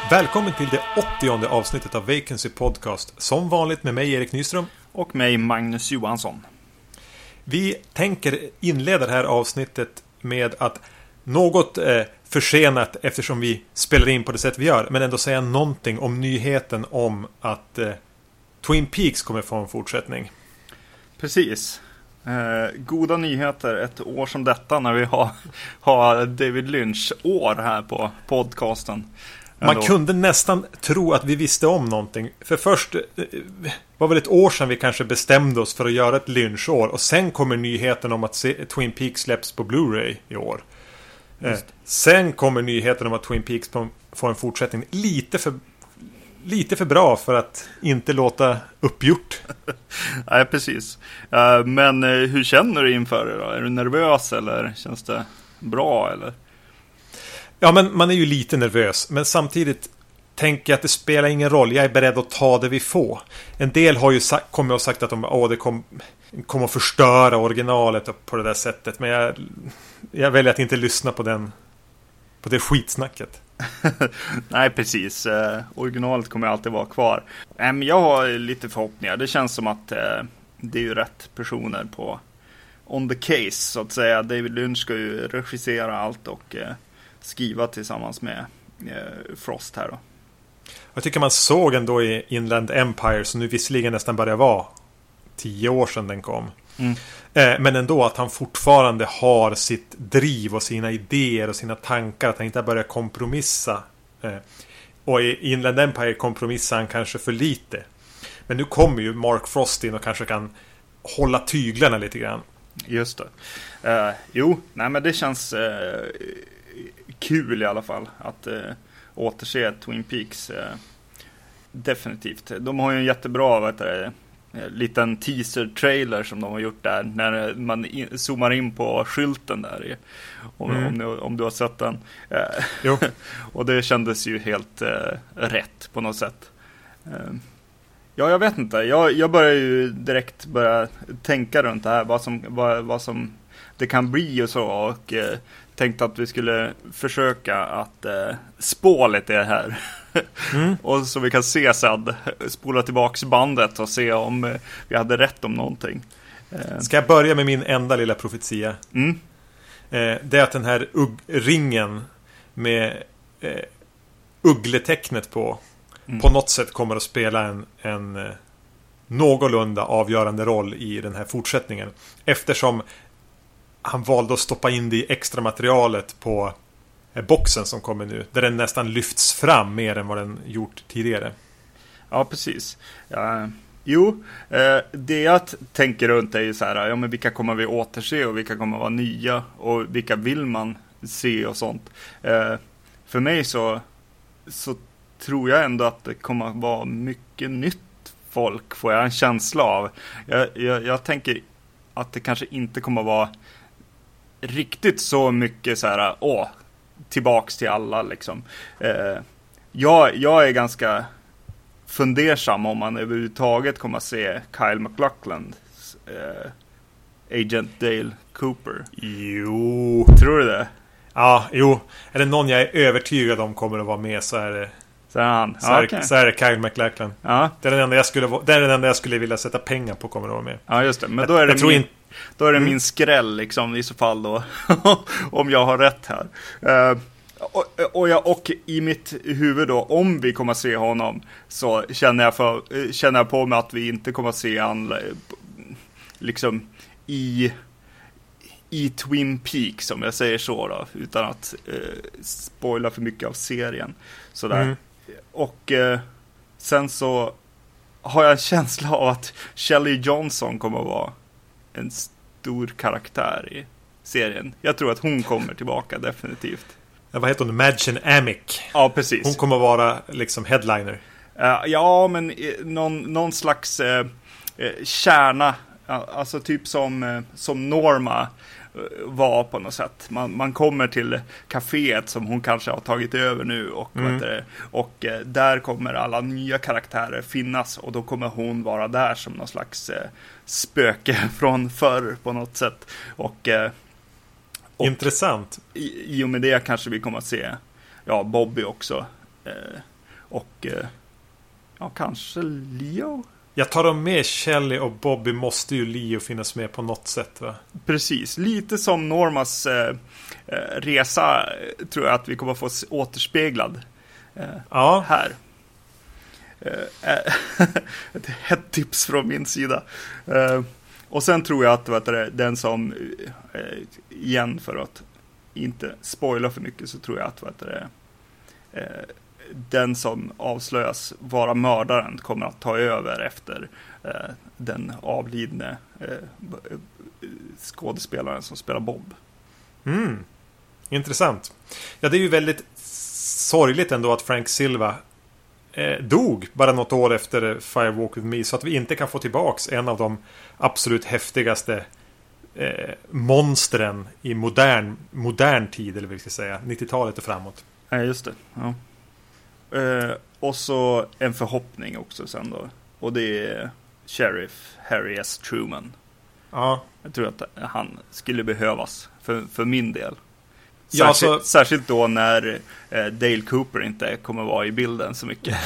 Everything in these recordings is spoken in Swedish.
Välkommen till det 80:e avsnittet av Vacancy Podcast. Som vanligt med mig Erik Nyström. Och mig Magnus Johansson. Vi tänker inleda det här avsnittet med att något försenat eftersom vi spelar in på det sätt vi gör. Men ändå säga någonting om nyheten om att Twin Peaks kommer få en fortsättning. Precis. Goda nyheter ett år som detta när vi har David Lynch-år här på podcasten. Man kunde nästan tro att vi visste om någonting. För först var väl ett år sedan vi kanske bestämde oss för att göra ett Lynch-år. Och sen kommer nyheten om att Twin Peaks släpps på Blu-ray i år. Sen kommer nyheten om att Twin Peaks får en fortsättning. Lite för bra för att inte låta uppgjort. Nej, precis. Men hur känner du inför det då? Är du nervös eller känns det bra eller? Ja, men man är ju lite nervös. Men samtidigt tänker jag att det spelar ingen roll. Jag är beredd att ta det vi får. En del har ju kommit och sagt att det kommer att förstöra originalet på det där sättet. Men jag väljer att inte lyssna på det skitsnacket. Nej, precis. Originalet kommer alltid vara kvar. Men jag har lite förhoppningar. Det känns som att det är ju rätt personer på on the case, så att säga. David Lynch ska ju regissera allt och skriva tillsammans med Frost här då. Jag tycker man såg ändå i Inland Empire, som nu visserligen nästan börjar vara 10 år sedan den kom. Men ändå att han fortfarande har sitt driv och sina idéer och sina tankar, att han inte har börjat kompromissa. Och i Inland Empire kompromissar han kanske för lite. Men nu kommer ju Mark Frost in och kanske kan hålla tyglarna lite grann. Just det. Men det känns kul i alla fall att återse Twin Peaks. Definitivt. De har ju en jättebra liten teaser-trailer som de har gjort där när man zoomar in på skylten där om du har sett den. Jo. Och det kändes ju helt rätt på något sätt. Ja, jag vet inte. Jag börjar ju direkt tänka runt det här, vad som det kan bli och så, och tänkte att vi skulle försöka att spå lite det här. Och så vi kan se sen, spola tillbaks bandet och se om vi hade rätt om någonting. Ska jag börja med min enda lilla profetia? Det är att den här ringen med uggletecknet på något sätt kommer att spela en någorlunda avgörande roll i den här fortsättningen. Eftersom han valde att stoppa in det i extra materialet på boxen som kommer nu, där den nästan lyfts fram mer än vad den gjort tidigare. Ja, precis. Det jag tänker runt är ju så här, men vilka kommer vi återse och vilka kommer vara nya och vilka vill man se och sånt. För mig så tror jag ändå att det kommer att vara mycket nytt folk, får jag en känsla av. Jag tänker att det kanske inte kommer att vara riktigt så mycket så här, tillbaks till alla liksom. Jag är ganska fundersam om man överhuvudtaget kommer att se Kyle MacLachlan, Agent Dale Cooper. Jo. Tror du det? Ja, jo. Är det någon jag är övertygad om kommer att vara med, så är det så är det Kyle MacLachlan. Ja. Det är den enda jag skulle vilja sätta pengar på kommer att vara med. Ja, just det. Men då är det min skräll liksom, i så fall då. Om jag har rätt här. Och i mitt huvud då, om vi kommer att se honom, så känner jag på mig att vi inte kommer att se han liksom i Twin Peaks, som jag säger så då, utan att spoila för mycket av serien sådär. Och sen så har jag en känsla av att Shelley Johnson kommer att vara en stor karaktär i serien. Jag tror att hon kommer tillbaka definitivt. Vad heter hon? Madgen Amick. Ja, precis. Hon kommer att vara liksom headliner. Ja, men någon slags kärna. Alltså typ som Norma var på något sätt. Man kommer till kaféet som hon kanske har tagit över nu och där kommer alla nya karaktärer finnas, och då kommer hon vara där som någon slags spöke från förr på något sätt. Och intressant. I och med det kanske vi kommer att se Bobby också Och ja, kanske Leo. Jag tar dem med Shelley och Bobby, måste ju Leo finnas med på något sätt, va? Precis, lite som Normas resa tror jag att vi kommer få återspeglad här. Ett hett tips från min sida. Och sen tror jag att den som igen, för att inte spoila för mycket, så tror jag att den som avslöjas vara mördaren kommer att ta över efter den avlidne skådespelaren som spelar Bob. Intressant. Ja, det är ju väldigt sorgligt ändå att Frank Silva dog bara något år efter Fire Walk With Me, så att vi inte kan få tillbaks en av de absolut häftigaste monstren i modern tid, eller vad vi ska säga, 90-talet och framåt. Ja, just det. Ja. Och så en förhoppning också sen då. Och det är Sheriff Harry S. Truman. Ja. Jag tror att han skulle behövas för min del. Särskilt då när Dale Cooper inte kommer vara i bilden så mycket.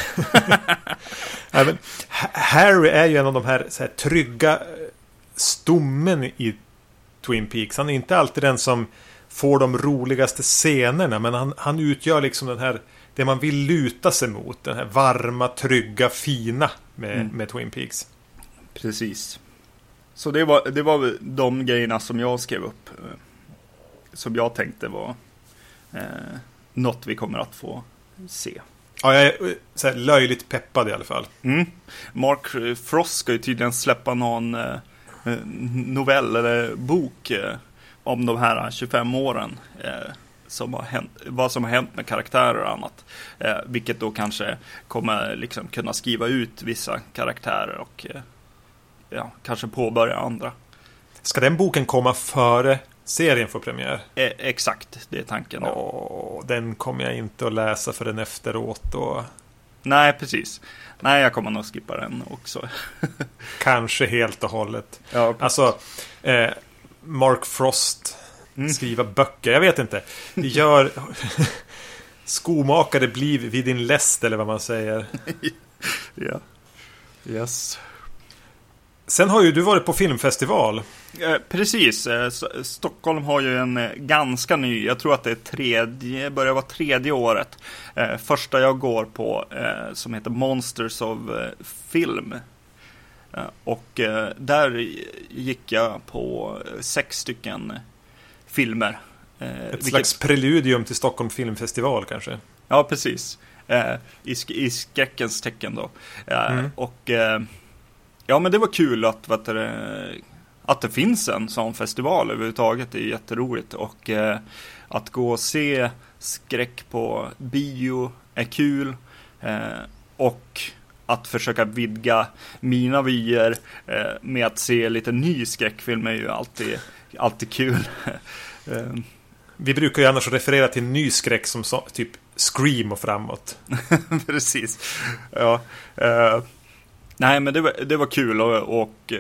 Ja, men Harry är ju en av de här, så här trygga stommen i Twin Peaks. Han är inte alltid den som får de roligaste scenerna, men han utgör liksom den här, det man vill luta sig mot, den här varma, trygga, fina med Twin Peaks. Precis. Så det var de grejerna som jag skrev upp, som jag tänkte var något vi kommer att få se. Ja, jag är så här löjligt peppad i alla fall. Mark Frost ska ju tydligen släppa någon novell eller bok om de här 25 åren som har hänt, vad som har hänt med karaktärer och annat, vilket då kanske kommer liksom kunna skriva ut vissa karaktärer och kanske påbörja andra. Ska den boken komma före serien får premiär? Exakt, det är tanken. Den kommer jag inte att läsa för den efteråt och... Nej, precis. Nej, jag kommer nog skippa den också. Kanske helt och hållet. Ja, alltså, Mark Frost skriva böcker, jag vet inte. Det gör skomakare blir vid din läst, eller vad man säger. Ja. Yes. Sen har ju du varit på filmfestival. Precis. Stockholm har ju en ganska ny, jag tror att det är börjar vara tredje året. Första jag går på som heter Monsters of Film. Och där gick jag på 6 stycken filmer. Ett slags preludium till Stockholm Filmfestival kanske. Ja, precis. I skräckens tecken då. Och ja, men det var kul att det finns en sån festival överhuvudtaget. Det är jätteroligt. Och att gå och se skräck på bio är kul. Och att försöka vidga mina vyer med att se lite ny skräckfilm är ju alltid kul. Vi brukar ju annars referera till ny skräck som typ Scream och framåt. Precis. Ja. Nej, men det var kul och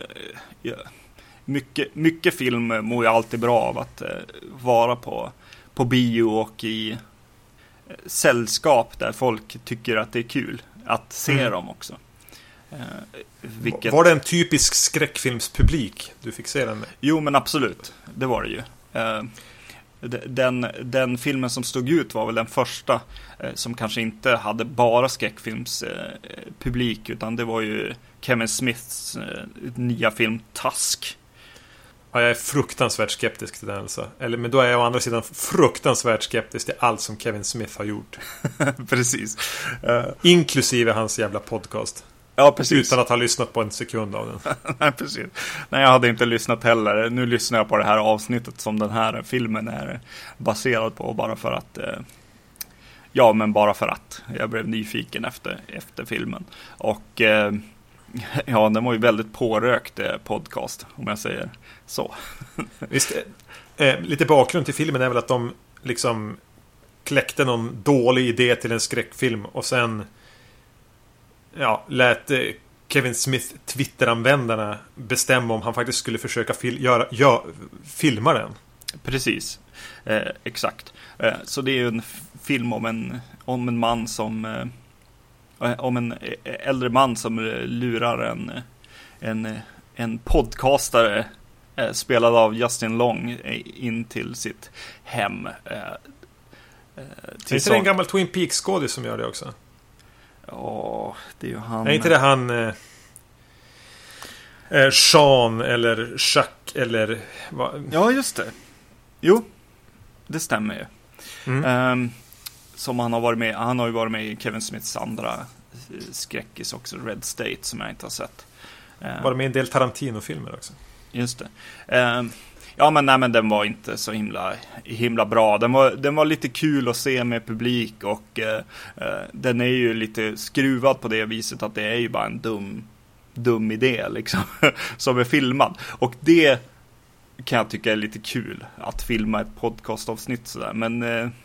mycket film mår ju alltid bra av att vara på bio och i sällskap där folk tycker att det är kul att se dem också. Var det en typisk skräckfilmspublik du fick se den med? Jo, men absolut. Det var det ju. Den filmen som stod ut var väl den första som kanske inte hade bara skräckfilmspublik, utan det var ju Kevin Smiths nya film Tusk. Ja, jag är fruktansvärt skeptisk till den alltså. Men då är jag å andra sidan fruktansvärt skeptisk till allt som Kevin Smith har gjort. Precis. Inklusive hans jävla podcast. Ja, precis. Utan att ha lyssnat på en sekund av den. Nej, precis. Nej, jag hade inte lyssnat heller. Nu lyssnar jag på det här avsnittet som den här filmen är baserad på, bara för att bara för att jag blev nyfiken efter filmen. Och ja, den var ju väldigt pårökt podcast, om jag säger så. Visst, lite bakgrund till filmen är väl att de liksom kläckte någon dålig idé till en skräckfilm och sen lät Kevin Smith Twitter-användarna bestämma om han faktiskt skulle försöka filma den. Precis, exakt. Så det är ju en film om en man som om en äldre man som lurar en podcastare spelad av Justin Long in till sitt hem. Är inte det en gammal Twin Peaks-skådis som gör det också? Ja, det är ju han. Är inte det han Sean eller Chuck eller Ja, just det. Jo, det stämmer ju. Som han har varit med. Han har ju varit med i Kevin Smiths andra skräckis också, Red State, som jag inte har sett. Var med i en del Tarantino-filmer också. Just det. Ja, men den var inte så himla bra. Den var lite kul att se med publik, och den är ju lite skruvad på det viset att det är ju bara en dum idé liksom, som är filmad. Och det kan jag tycka är lite kul, att filma ett podcastavsnitt sådär. Men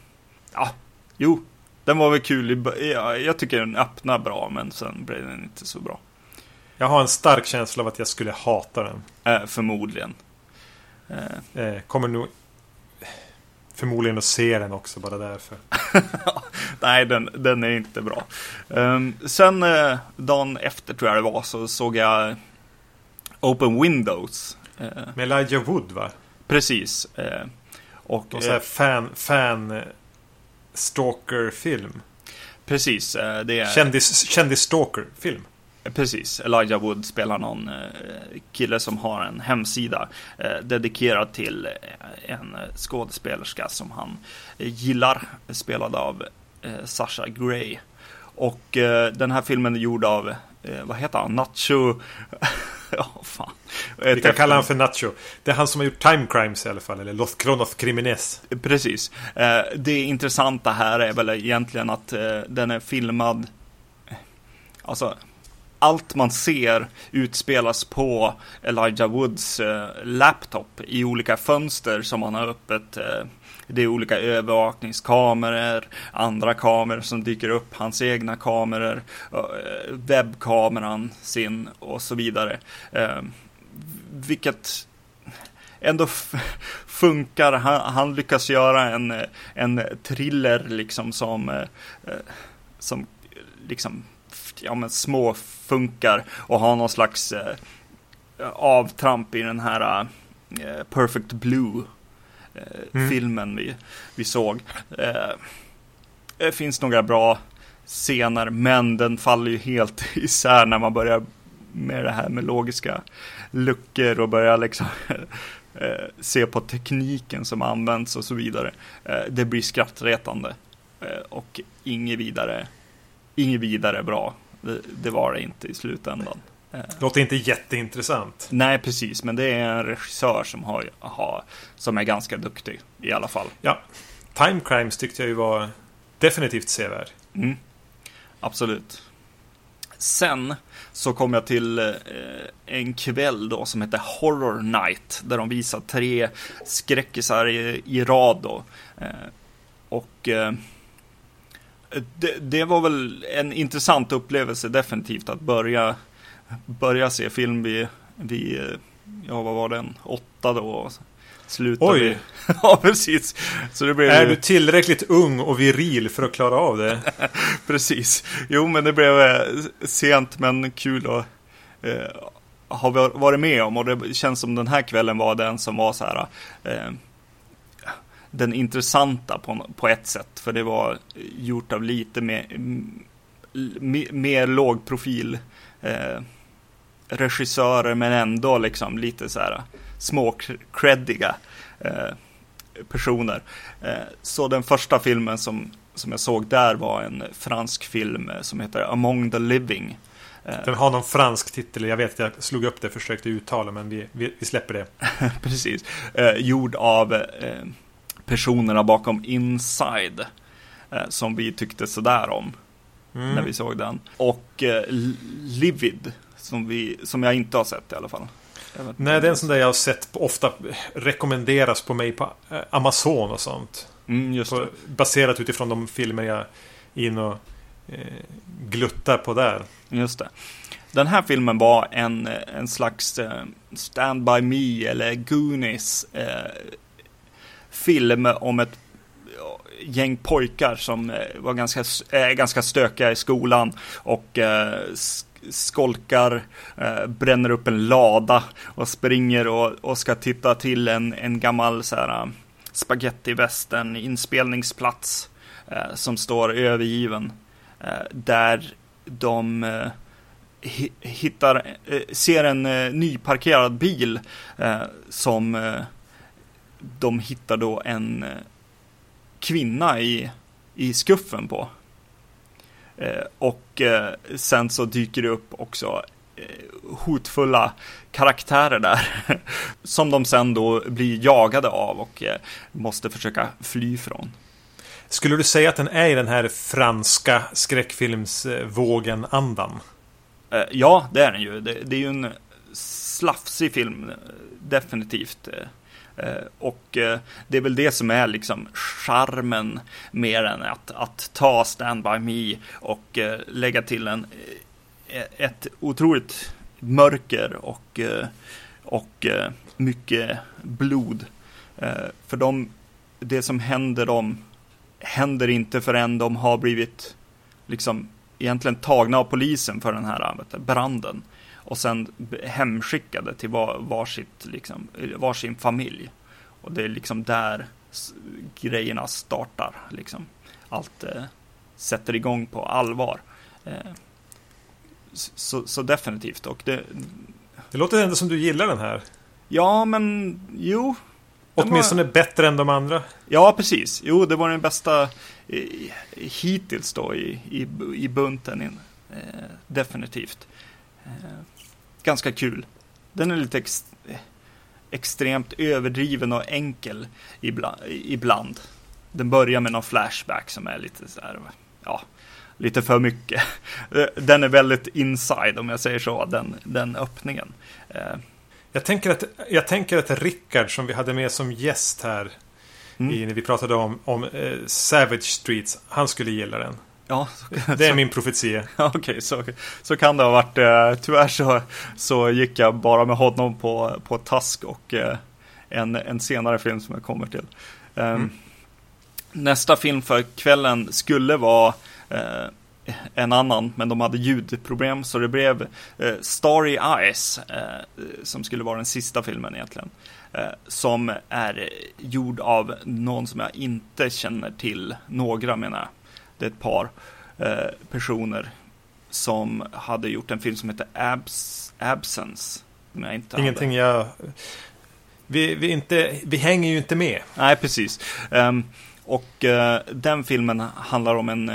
den var väl kul. Jag tycker den öppnar bra, men sen blev den inte så bra. Jag har en stark känsla av att jag skulle hata den. Förmodligen. Kommer nog förmodligen att se den också, bara därför. Nej, den är inte bra. Sen dagen efter, tror jag det var, så såg jag Open Windows. Med Elijah Wood, va? Precis. Och så här fan stalker-film. Precis. Det är kändis-stalker-film. Precis, Elijah Wood spelar någon kille som har en hemsida dedikerad till en skådespelerska som han gillar, spelad av Sasha Grey. Och den här filmen är gjord av, vad heter han? Nacho... fan. Vi kan kalla han för Nacho. Det är han som har gjort Time Crimes i alla fall, eller Los Cronos Crimines. Precis. Det intressanta här är väl egentligen att den är filmad... Alltså... Allt man ser utspelas på Elijah Woods laptop i olika fönster som han har öppet. Det är olika övervakningskameror, andra kameror som dyker upp, hans egna kameror, webbkameran sin och så vidare. Vilket ändå funkar. Han lyckas göra en thriller liksom som liksom små funkar och har någon slags avtramp i den här Perfect Blue filmen vi såg. Det finns några bra scener, men den faller ju helt isär när man börjar med det här med logiska luckor och börjar liksom se på tekniken som används och så vidare. Det blir skrattretande och inget vidare bra. Det var det inte i slutändan. Låter inte jätteintressant. Nej, precis. Men det är en regissör som är ganska duktig i alla fall. Ja, Time Crimes tyckte jag ju var definitivt sevärd. Absolut. Sen så kom jag till en kväll då som heter Horror Night, där de visar 3 skräckisar i rad då. Och det var väl en intressant upplevelse definitivt att börja se film vid vad var den? 8 då och slutade. Oj! Ja, precis. Så det blev... Är du tillräckligt ung och viril för att klara av det? Precis. Jo, men det blev sent men kul att ha varit med om, och det känns som den här kvällen var den som var så här den intressanta på ett sätt, för det var gjort av lite mer lågprofil regissörer, men ändå liksom lite så här små-creddiga personer. Så den första filmen som jag såg där var en fransk film som heter Among the Living. Den har någon fransk titel. Jag vet att jag slog upp det och försökte uttala, men vi släpper det. Precis. Gjord av personerna bakom Inside, som vi tyckte sådär om när vi såg den. Och Livid, som jag inte har sett i alla fall. Nej, det är en sån där jag har sett ofta rekommenderas på mig på Amazon och sånt. Just det. Baserat utifrån de filmer jag in och gluttar på där. Just det. Den här filmen var en slags Stand By Me eller Goonies film om ett gäng pojkar som var ganska stökiga i skolan och skolkar, bränner upp en lada och springer och ska titta till en gammal så här spaghetti-västern inspelningsplats som står övergiven, där de ser en nyparkerad bil som de hittar då en kvinna i skuffen på. Och sen så dyker det upp också hotfulla karaktärer där som de sen då blir jagade av och måste försöka fly från. Skulle du säga att den är i den här franska skräckfilmsvågen andan? Ja, det är den ju. Det är ju en slafsig film, definitivt. Och det är väl det som är liksom charmen mer än att ta Stand By Me och lägga till ett otroligt mörker och mycket blod. För det som händer inte förrän de har blivit liksom egentligen tagna av polisen för den här branden och sen hemskickade till varsin familj. Och det är liksom där grejerna startar. Liksom. Allt sätter igång på allvar. Så definitivt. Och det låter ändå som du gillar den här. Ja, men jo. Åtminstone bättre än de andra. Ja, precis. Jo, det var den bästa hittills då i bunten. Definitivt. Ganska kul. Den är lite extremt överdriven och enkel ibland. Den börjar med någon flashback som är lite så här, ja, lite för mycket. Den är väldigt inside, om jag säger så, den öppningen. Jag tänker att Rickard, som vi hade med som gäst här när vi pratade om Savage Streets, han skulle gilla den. Ja, det är min profetia. Okej, så kan det ha varit. Tyvärr så gick jag bara med honom på Tusk och en senare film som jag kommer till. Nästa film för kvällen skulle vara en annan, men de hade ljudproblem, så det blev Starry Eyes, som skulle vara den sista filmen egentligen, som är gjord av någon som jag inte känner till, några menar jag. Det är ett par personer som hade gjort en film som heter Absence. Ingenting vi hänger ju inte med. Nej, precis. Och den filmen handlar om en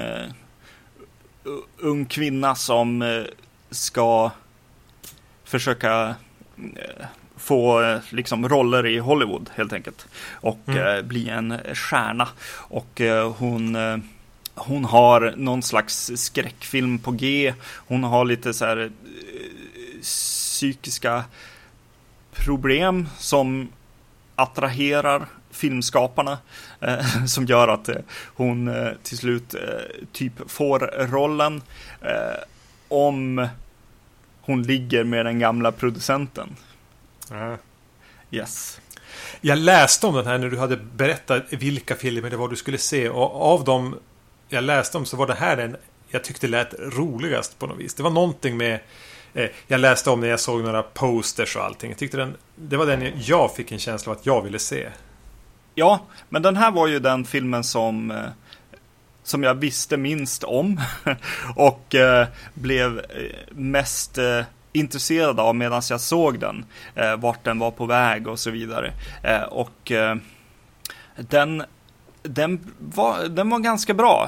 ung kvinna som ska försöka få liksom roller i Hollywood helt enkelt. Och bli en stjärna. Och hon har någon slags skräckfilm på G. Hon har lite så här psykiska problem som attraherar filmskaparna, som gör att hon till slut typ får rollen om hon ligger med den gamla producenten. Yes. Jag läste om den här när du hade berättat vilka filmer det var du skulle se, och av dem jag läste om så var det här den jag tyckte lät roligast på något vis. Det var någonting med jag läste om när jag såg några posters och allting. Jag tyckte det var den jag fick en känsla av att jag ville se. Ja, men den här var ju den filmen som jag visste minst om och blev mest intresserad av medan jag såg den, vart den var på väg och så vidare. Och den var ganska bra.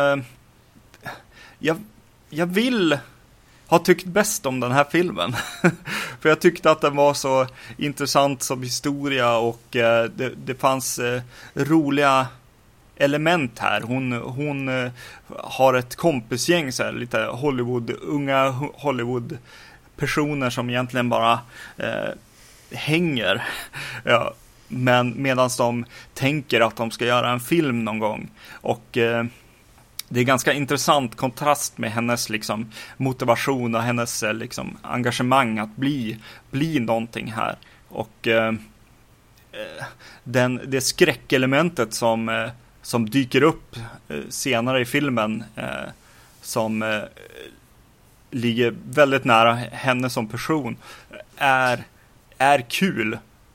Jag vill ha tyckt bäst om den här filmen. För jag tyckte att den var så intressant som historia, och det fanns roliga element här. Hon har ett kompisgäng, så här, lite unga Hollywood-personer som egentligen bara hänger. Ja, men medan de tänker att de ska göra en film någon gång. Och det är ganska intressant kontrast med hennes liksom motivation och hennes liksom engagemang att bli någonting här. Och det skräckelementet som som dyker upp senare i filmen som ligger väldigt nära henne som person är kul.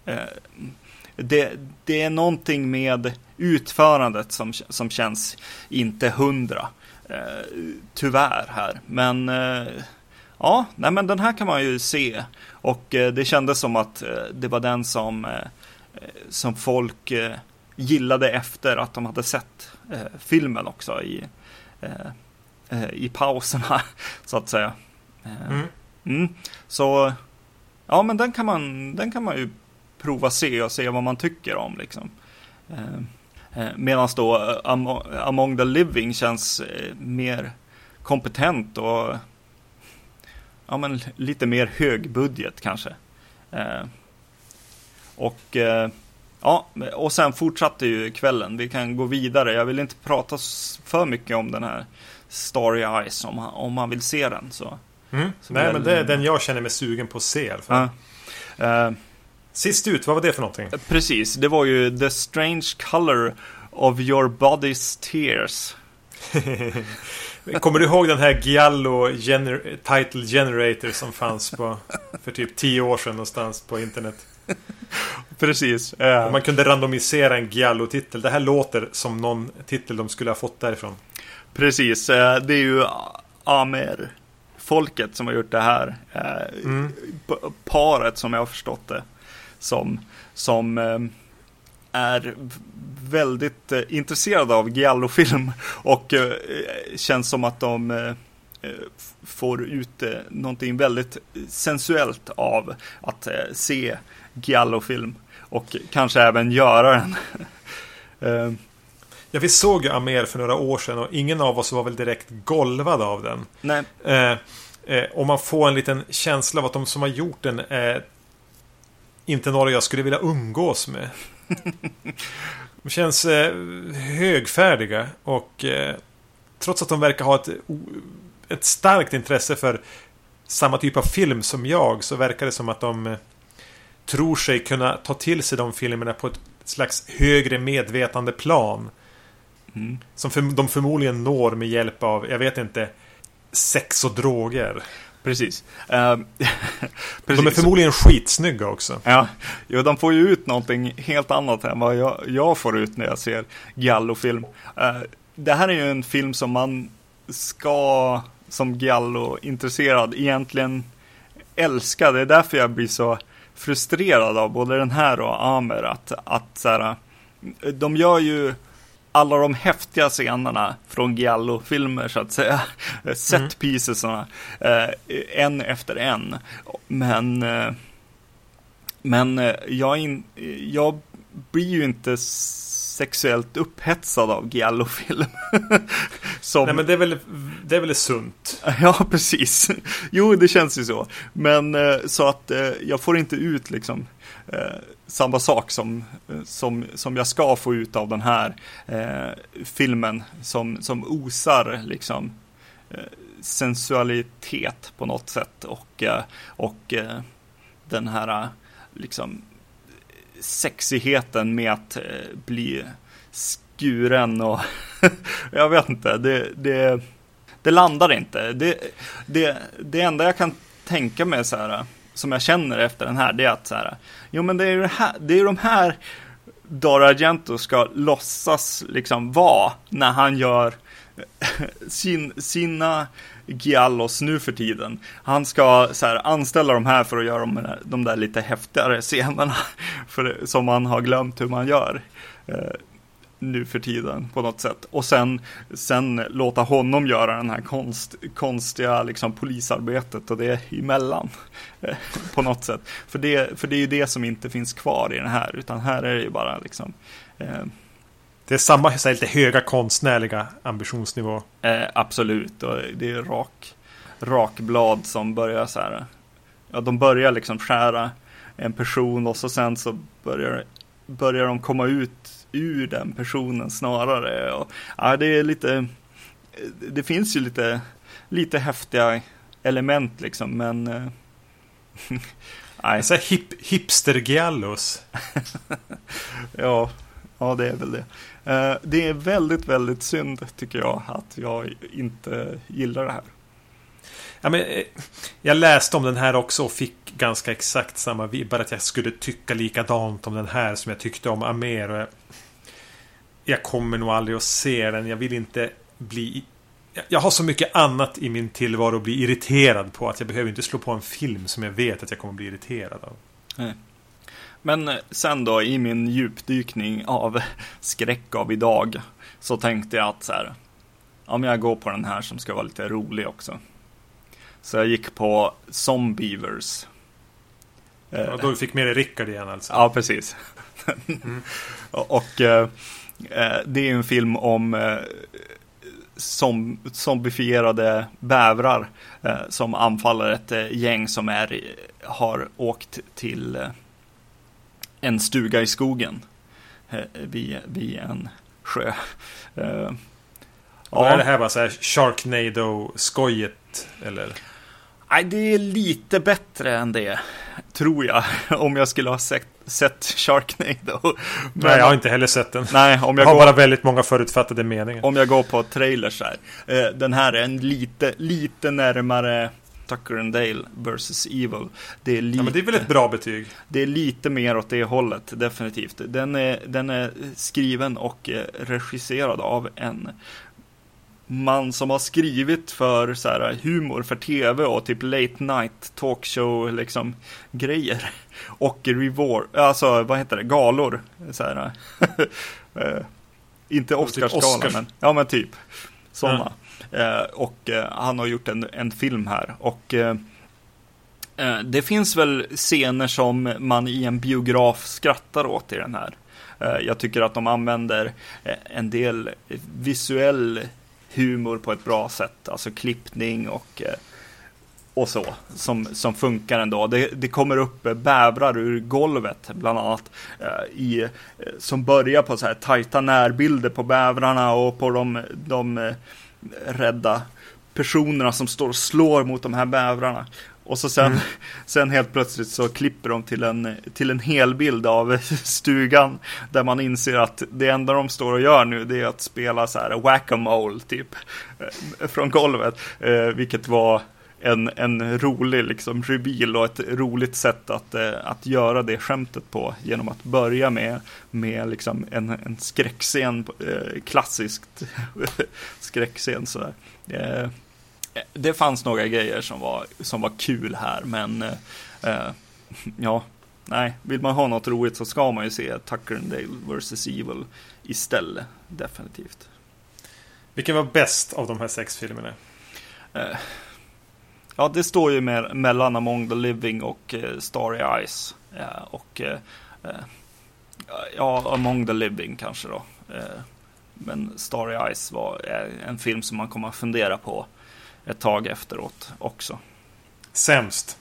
Det är någonting med utförandet som känns inte 100 tyvärr här. Men ja, nej, men den här kan man ju se. Och det kändes som att det var den som folk gillade efter att de hade sett filmen också i pauserna så att säga. Så ja, men den kan man ju prova se och se vad man tycker om liksom. Medan då Among the Living känns mer kompetent och ja, men lite mer högbudget kanske. Och sen fortsatte ju kvällen. Vi kan gå vidare. Jag vill inte prata för mycket om den här Starry Eyes om man vill se den. Så nej, men det är den jag känner mig sugen på att se i alla fall. Sist ut, vad var det för någonting? Precis, det var ju The Strange Color of Your Body's Tears. Kommer du ihåg den här Giallo title generator som fanns för typ 10 år sedan någonstans på internet? Precis. Man kunde randomisera en Giallo-titel. Det här låter som någon titel de skulle ha fått därifrån. Precis, det är ju Amer-folket som har gjort det här. Paret som jag har förstått det. Som är väldigt intresserade av Giallo-film och känns som att de får ut någonting väldigt sensuellt av att se Giallo-film och kanske även göra den. Ja, vi såg ju Amer för några år sedan och ingen av oss var väl direkt golvad av den. Nej. Och man får en liten känsla av att de som har gjort den är inte några jag skulle vilja umgås med. De känns högfärdiga och trots att de verkar ha ett starkt intresse för samma typ av film som jag, så verkar det som att de tror sig kunna ta till sig de filmerna på ett slags högre medvetande plan. Som de förmodligen når med hjälp av, jag vet inte, sex och droger. Precis. De är förmodligen skitsnygga också. Ja, de får ju ut någonting helt annat än vad jag får ut när jag ser Giallo-film. Det här är ju en film som man ska som Giallo-intresserad egentligen älska. Det är därför jag blir så frustrerad av både den här och Amer. Att så här, de gör ju alla de häftiga scenerna från Giallo-filmer så att säga. Set piecesarna en efter en. Men jag blir ju inte sexuellt upphetsad av Giallo-film. Nej, men det är väl sunt. Ja, precis. Jo, det känns ju så. Men så att jag får inte ut liksom samma sak som jag ska få ut av den här filmen som osar liksom sensualitet på något sätt och den här liksom sexigheten med att bli skuren och jag vet inte, det landar inte. Det enda jag kan tänka mig så här, som jag känner efter den här, det är att så här, jo men det är de här Dario Argento ska låtsas liksom vara när han gör sina giallos nu för tiden. Han ska så här, anställa de här för att göra de där lite häftigare scenerna som man har glömt hur man gör nu för tiden på något sätt. Och sen låta honom göra den här konstiga liksom polisarbetet och det emellan på något sätt. För det är ju det som inte finns kvar i den här, utan här är det ju bara liksom det är samma så här, lite höga konstnärliga ambitionsnivå. Absolut, och det är rakblad som börjar så här. Ja, de börjar liksom skära en person och sen så börjar de komma ut ur den personen snarare. Och, ja, det är lite, det finns ju lite häftiga element liksom, men nej. Så hipster-giallos. Ja, Ja, det är väl det. Det är väldigt, väldigt synd tycker jag att jag inte gillar det här. Ja, men, jag läste om den här också och fick ganska exakt samma vibbar, att jag skulle tycka likadant om den här som jag tyckte om Amer. Och jag kommer nog aldrig att se den. Jag vill inte bli... Jag har så mycket annat i min tillvaro att bli irriterad på att jag behöver inte slå på en film som jag vet att jag kommer bli irriterad av. Nej. Men sen då i min djupdykning av skräck av idag så tänkte jag att så här, om jag går på den här som ska vara lite rolig också. Så jag gick på Zombievers. Och då fick med dig Rickard igen alltså. Ja, precis. Och det är en film om zombifierade bävrar som anfaller ett gäng som har åkt till en stuga i skogen vid en sjö. Och är det här bara så här Sharknado-skojet eller? Nej, det är lite bättre än det, tror jag, om jag skulle ha sett Sharknado. Men, nej, jag har inte heller sett den. Nej, jag har bara väldigt många förutfattade meningar. Om jag går på trailers här. Den här är en lite närmare Tucker and Dale vs. Evil. Det är lite, ja, men det är väl ett bra betyg. Det är lite mer åt det hållet, definitivt. Den är skriven och regisserad av en man som har skrivit för så här, humor för tv och typ late night talkshow liksom grejer och alltså vad heter det, galor så här. Inte Oscarsgalan, men ja, men typ sådana. Och han har gjort en film här och det finns väl scener som man i en biograf skrattar åt i den här. Jag tycker att de använder en del visuell humor på ett bra sätt, alltså klippning och så, som funkar ändå. Det kommer upp bävrar ur golvet, bland annat, som börjar på så här tajta närbilder på bävrarna och på de rädda personerna som står och slår mot de här bävrarna. Och så sen helt plötsligt så klipper de till en hel bild av stugan där man inser att det enda de står och gör nu, det är att spela så här whack-a-mole typ från golvet, vilket var en rolig liksom reveal och ett roligt sätt att göra det skämtet på, genom att börja med liksom en skräckscen, klassiskt skräckscen så där. Det fanns några grejer som var kul här, men ja, nej, vill man ha något roligt så ska man ju se Tucker and Dale vs. Evil istället, definitivt. Vilken var bäst av de här 6 filmerna? Ja, det står ju mellan Among the Living och Starry Eyes. Ja, Among the Living kanske då. Men Starry Eyes var en film som man kommer att fundera på ett tag efteråt också. Sämst?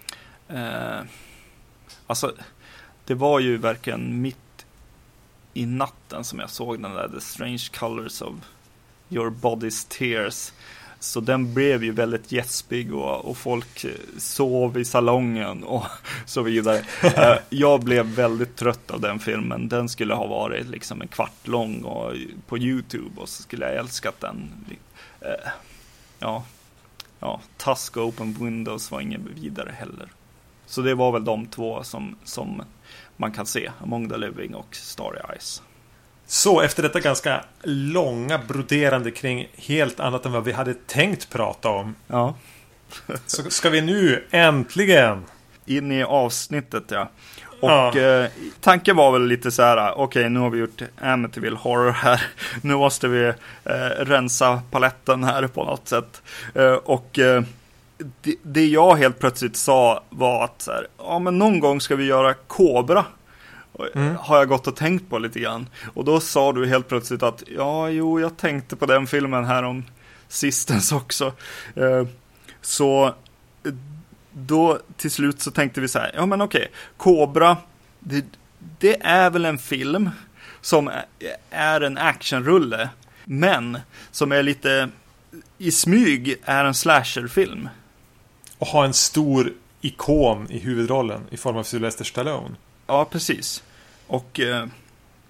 Alltså, det var ju verkligen mitt i natten som jag såg den där The Strange Colors of Your Body's Tears. Så den blev ju väldigt gäspig och folk sov i salongen och så vidare. Jag blev väldigt trött av den filmen. Den skulle ha varit liksom en kvart lång och på YouTube, och så skulle jag älskat den. Ja, Tusk Open Windows var ingen vidare heller. Så det var väl de två som man kan se, Among the Living och Starry Eyes. Så efter detta ganska långa broderande kring helt annat än vad vi hade tänkt prata om. Ja. Så ska vi nu äntligen in i avsnittet, ja. Och tanken var väl lite så här: okej, nu har vi gjort Amityville Horror här. Nu måste vi rensa paletten här på något sätt. Och det jag helt plötsligt sa var att så här, ja, men någon gång ska vi göra Cobra. Har jag gått och tänkt på lite grann. Och då sa du helt plötsligt att jag tänkte på den filmen här om sistens också. Så då till slut så tänkte vi så här: ja, men okej, Cobra, det är väl en film som är en actionrulle, men som är lite i smyg är en slasherfilm. Och har en stor ikon i huvudrollen i form av Sylvester Stallone. Ja, precis. Och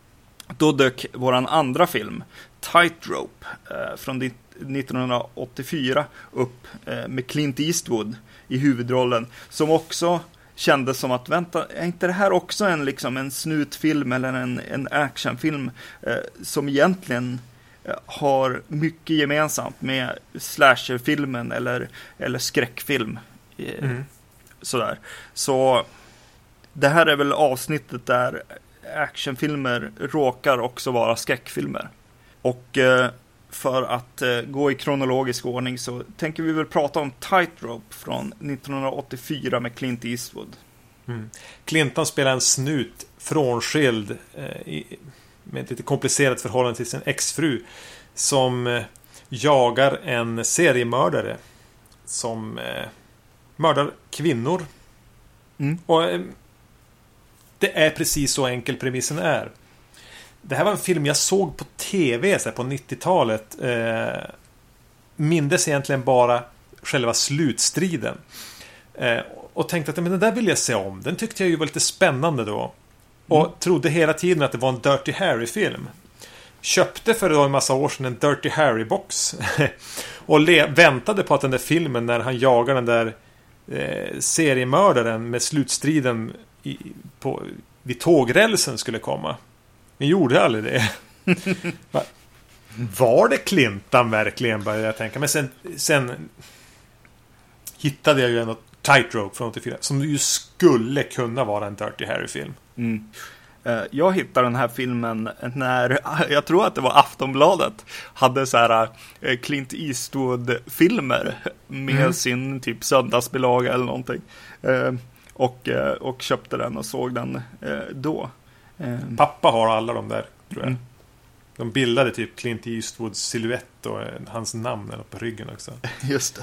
då dök våran andra film, Tightrope, från 1984 upp med Clint Eastwood i huvudrollen, som också kändes som att, vänta, är inte det här också en snutfilm eller en actionfilm som egentligen har mycket gemensamt med slasherfilmen eller skräckfilm. Sådär. Så det här är väl avsnittet där actionfilmer råkar också vara skräckfilmer. Och för att gå i kronologisk ordning så tänker vi väl prata om Tightrope från 1984 med Clint Eastwood. Clinton spelar en snut frånskild med ett lite komplicerat förhållande till sin exfru som jagar en seriemördare som mördar kvinnor. Och det är precis så enkel premissen är. Det här var en film jag såg på tv så här, på 90-talet. Mindes egentligen bara själva slutstriden. Och tänkte att men den där vill jag se om. Den tyckte jag ju var lite spännande då. Och trodde hela tiden att det var en Dirty Harry-film. Köpte för då en massa år sedan en Dirty Harry-box. Och väntade på att den där filmen, när han jagar den där seriemördaren med slutstriden vid tågrälsen, skulle komma. Men gjorde aldrig det. Var det Clinton verkligen, började jag tänka. Men sen hittade jag ju en Tightrope från 84 som ju skulle kunna vara en Dirty Harry-film. Jag hittade den här filmen när, jag tror att det var Aftonbladet, hade så här Clint Eastwood-filmer med sin typ söndagsbilaga eller någonting. Och köpte den och såg den då. Pappa har alla de där, tror jag. De bildade typ Clint Eastwoods silhuett och hans namn eller på ryggen också. Just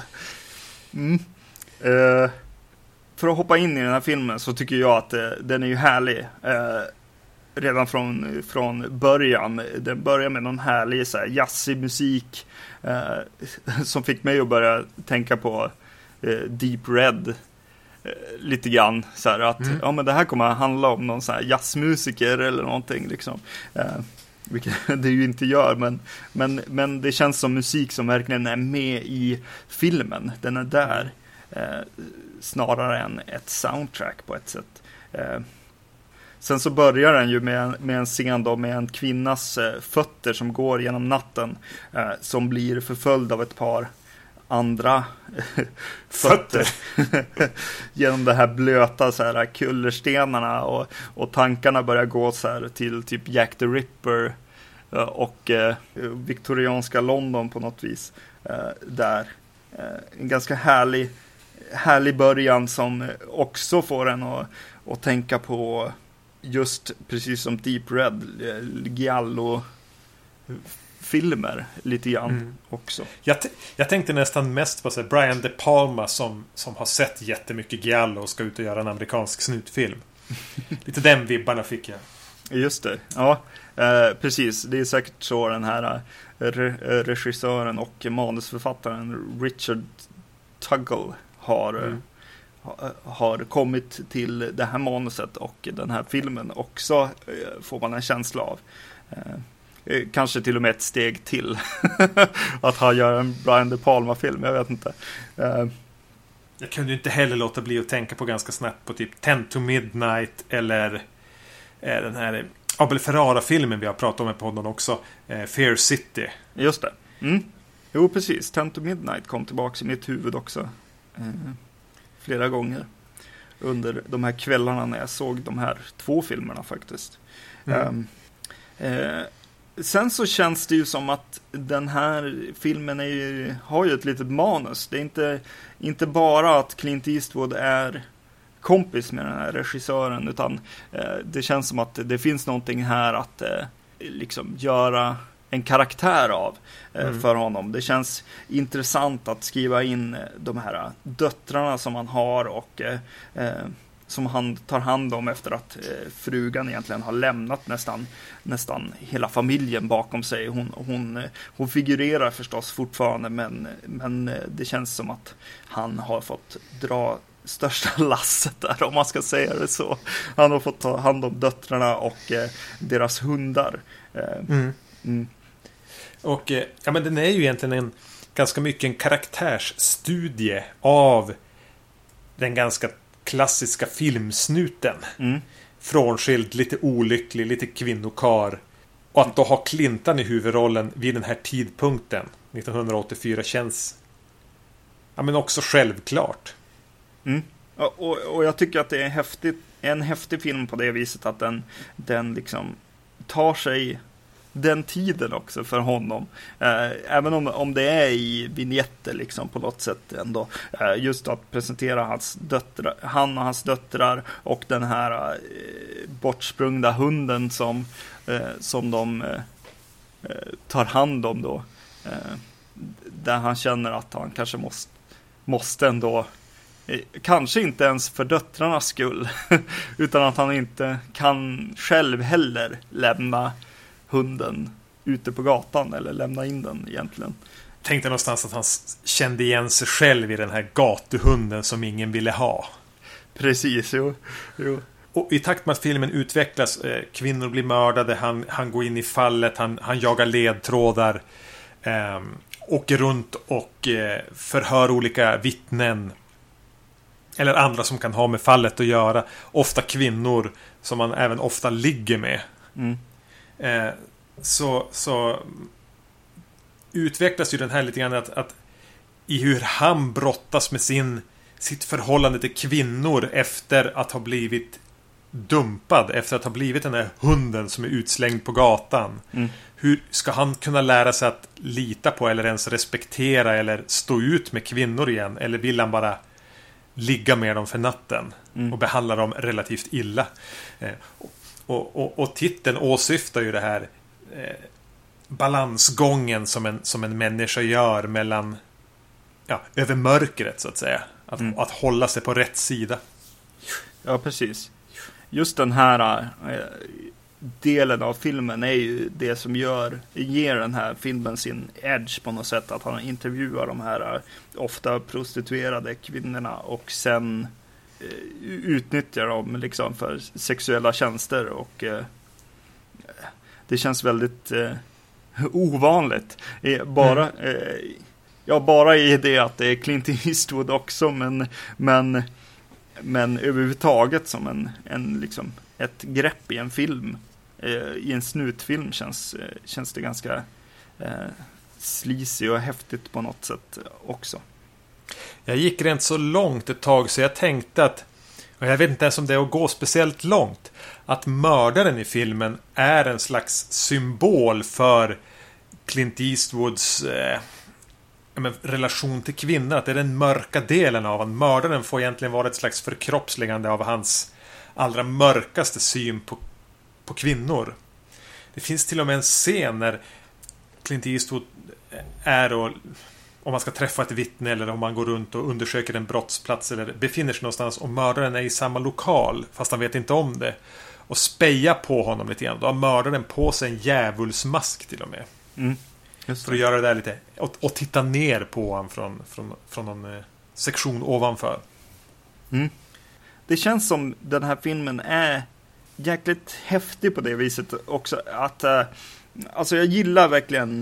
det. För att hoppa in i den här filmen så tycker jag att den är ju härlig. Redan från början. Den börjar med någon härlig så här jazzig musik som fick mig att börja tänka på Deep Red lite grann så här, att ja, men det här kommer att handla om någon så här jazzmusiker eller någonting liksom. Vilket det ju inte gör, men det känns som musik som verkligen är med i filmen. Den är där snarare än ett soundtrack på ett sätt. Sen så börjar den ju med en scen då, med en kvinnas fötter som går genom natten, som blir förföljd av ett par andra fötter genom det här blöta så här kullerstenarna, och tankarna börjar gå så här till typ Jack the Ripper och viktorianska London på något vis där. En ganska härlig början som också får en att tänka på, just precis som Deep Red, Giallo-filmer lite grann också. Jag tänkte nästan mest på så här, Brian De Palma som har sett jättemycket Giallo och ska ut och göra en amerikansk snutfilm. Lite den vibbarna fick jag. Just det, ja. Precis, det är säkert så den här regissören och manusförfattaren Richard Tuggle har kommit till det här manuset och den här filmen också, får man en känsla av. Kanske till och med ett steg till att han gör en Brian De Palma-film, jag vet inte. Jag kunde ju inte heller låta bli att tänka på ganska snabbt på typ 10 to Midnight eller den här Abel Ferrara-filmen vi har pratat om i podden också, Fear City. Just det. Jo, precis. 10 to Midnight kom tillbaka i mitt huvud också. Flera gånger under de här kvällarna när jag såg de här 2 filmerna faktiskt. Sen så känns det ju som att den här filmen har ju ett litet manus. Det är inte bara att Clint Eastwood är kompis med den här regissören, utan det känns som att det finns någonting här att liksom göra en karaktär av för honom. Det känns intressant att skriva in de här döttrarna som han har och som han tar hand om efter att frugan egentligen har lämnat nästan hela familjen bakom sig. Hon figurerar förstås fortfarande, men det känns som att han har fått dra största lasset där, om man ska säga det så. Han har fått ta hand om döttrarna och deras hundar. Och ja, men den är ju egentligen ganska mycket en karaktärsstudie av den ganska klassiska filmsnuten. Frånskild, lite olycklig, lite kvinnokar. Och att då ha Clinton i huvudrollen vid den här tidpunkten 1984 känns men också självklart. Och jag tycker att det är en häftig film på det viset att den liksom tar sig den tiden också för honom. Även om det är i vignetter liksom på något sätt ändå. Just att presentera han och hans döttrar och den här bortsprungna hunden som de tar hand om då. Där han känner att han kanske måste ändå, kanske inte ens för döttrarnas skull, utan att han inte kan själv heller lämna hunden ute på gatan eller lämna in den egentligen. Tänkte någonstans att han kände igen sig själv i den här gatuhunden som ingen ville ha. Precis, jo. Och i takt med att filmen utvecklas, kvinnor blir mördade, han går in i fallet, han jagar ledtrådar, åker runt och förhör olika vittnen eller andra som kan ha med fallet att göra. Ofta kvinnor som man även ofta ligger med. Så utvecklas ju den här lite grann att i hur han brottas med sitt förhållande till kvinnor efter att ha blivit dumpad, efter att ha blivit den här hunden som är utslängd på gatan. Hur ska han kunna lära sig att lita på eller ens respektera eller stå ut med kvinnor igen? Eller vill han bara ligga med dem för natten och behandla dem relativt illa? Och titeln åsyftar ju det här balansgången som en människa gör mellan över mörkret så att säga. Att hålla sig på rätt sida. Ja, precis. Just den här delen av filmen är ju det som ger den här filmen sin edge på något sätt. Att han intervjuar de här ofta prostituerade kvinnorna och sen utnyttjar dem liksom för sexuella tjänster. Och det känns väldigt ovanligt. Bara i det att det är Clint Eastwood också, men överhuvudtaget som en liksom ett grepp i en film, i en snutfilm känns det ganska sleazy och häftigt på något sätt också. Jag gick rent så långt ett tag så jag tänkte att, och jag vet inte ens om det är att gå speciellt långt, att mördaren i filmen är en slags symbol för Clint Eastwoods relation till kvinnor, att det är den mörka delen av han. Mördaren får egentligen vara ett slags förkroppsligande av hans allra mörkaste syn på kvinnor. Det finns till och med en scen när Clint Eastwood är och om man ska träffa ett vittne eller om man går runt och undersöker en brottsplats eller befinner sig någonstans och mördaren är i samma lokal fast han vet inte om det och speja på honom lite grann. Då har mördaren på sig en djävulsmask till och med. För att göra det där lite och titta ner på honom från någon sektion ovanför. Det känns som den här filmen är jäkligt häftig på det viset också, att alltså jag gillar verkligen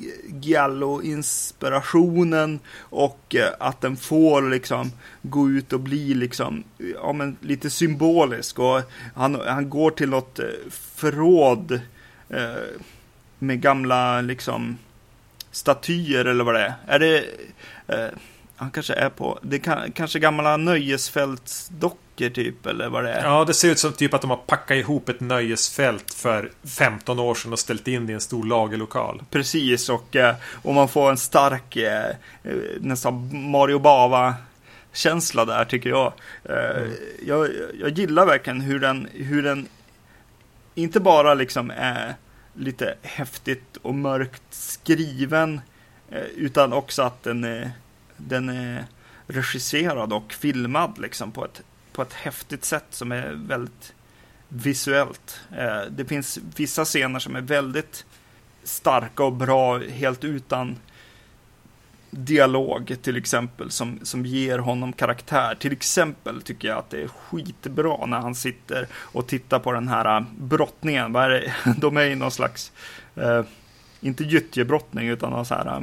Giallo-inspirationen och att den får liksom gå ut och bli liksom lite symbolisk, och han går till något förråd med gamla liksom statyer eller vad det är. Är det han kanske är på det kanske gamla nöjesfältsdockor typ, eller vad det är. Ja, det ser ut som typ att de har packat ihop ett nöjesfält för 15 år sedan och ställt in det i en stor lagerlokal. Precis, och man får en stark nästan Mario Bava känsla där, tycker jag. Jag gillar verkligen hur den inte bara liksom är lite häftigt och mörkt skriven, utan också att den är regisserad och filmad liksom på ett häftigt sätt som är väldigt visuellt. Det finns vissa scener som är väldigt starka och bra helt utan dialog till exempel som ger honom karaktär. Till exempel tycker jag att det är skitbra när han sitter och tittar på den här brottningen. Vad är det? De är i någon slags inte gyttjebrottning utan någon så här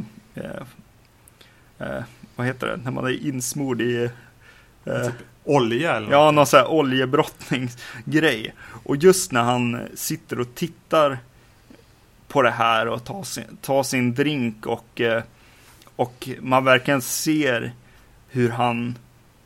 vad heter det? När man är insmord i typ olja eller något. Ja, någon så här oljebrottningsgrej. Och just när han sitter och tittar på det här och tar sin drink och man verkligen ser hur han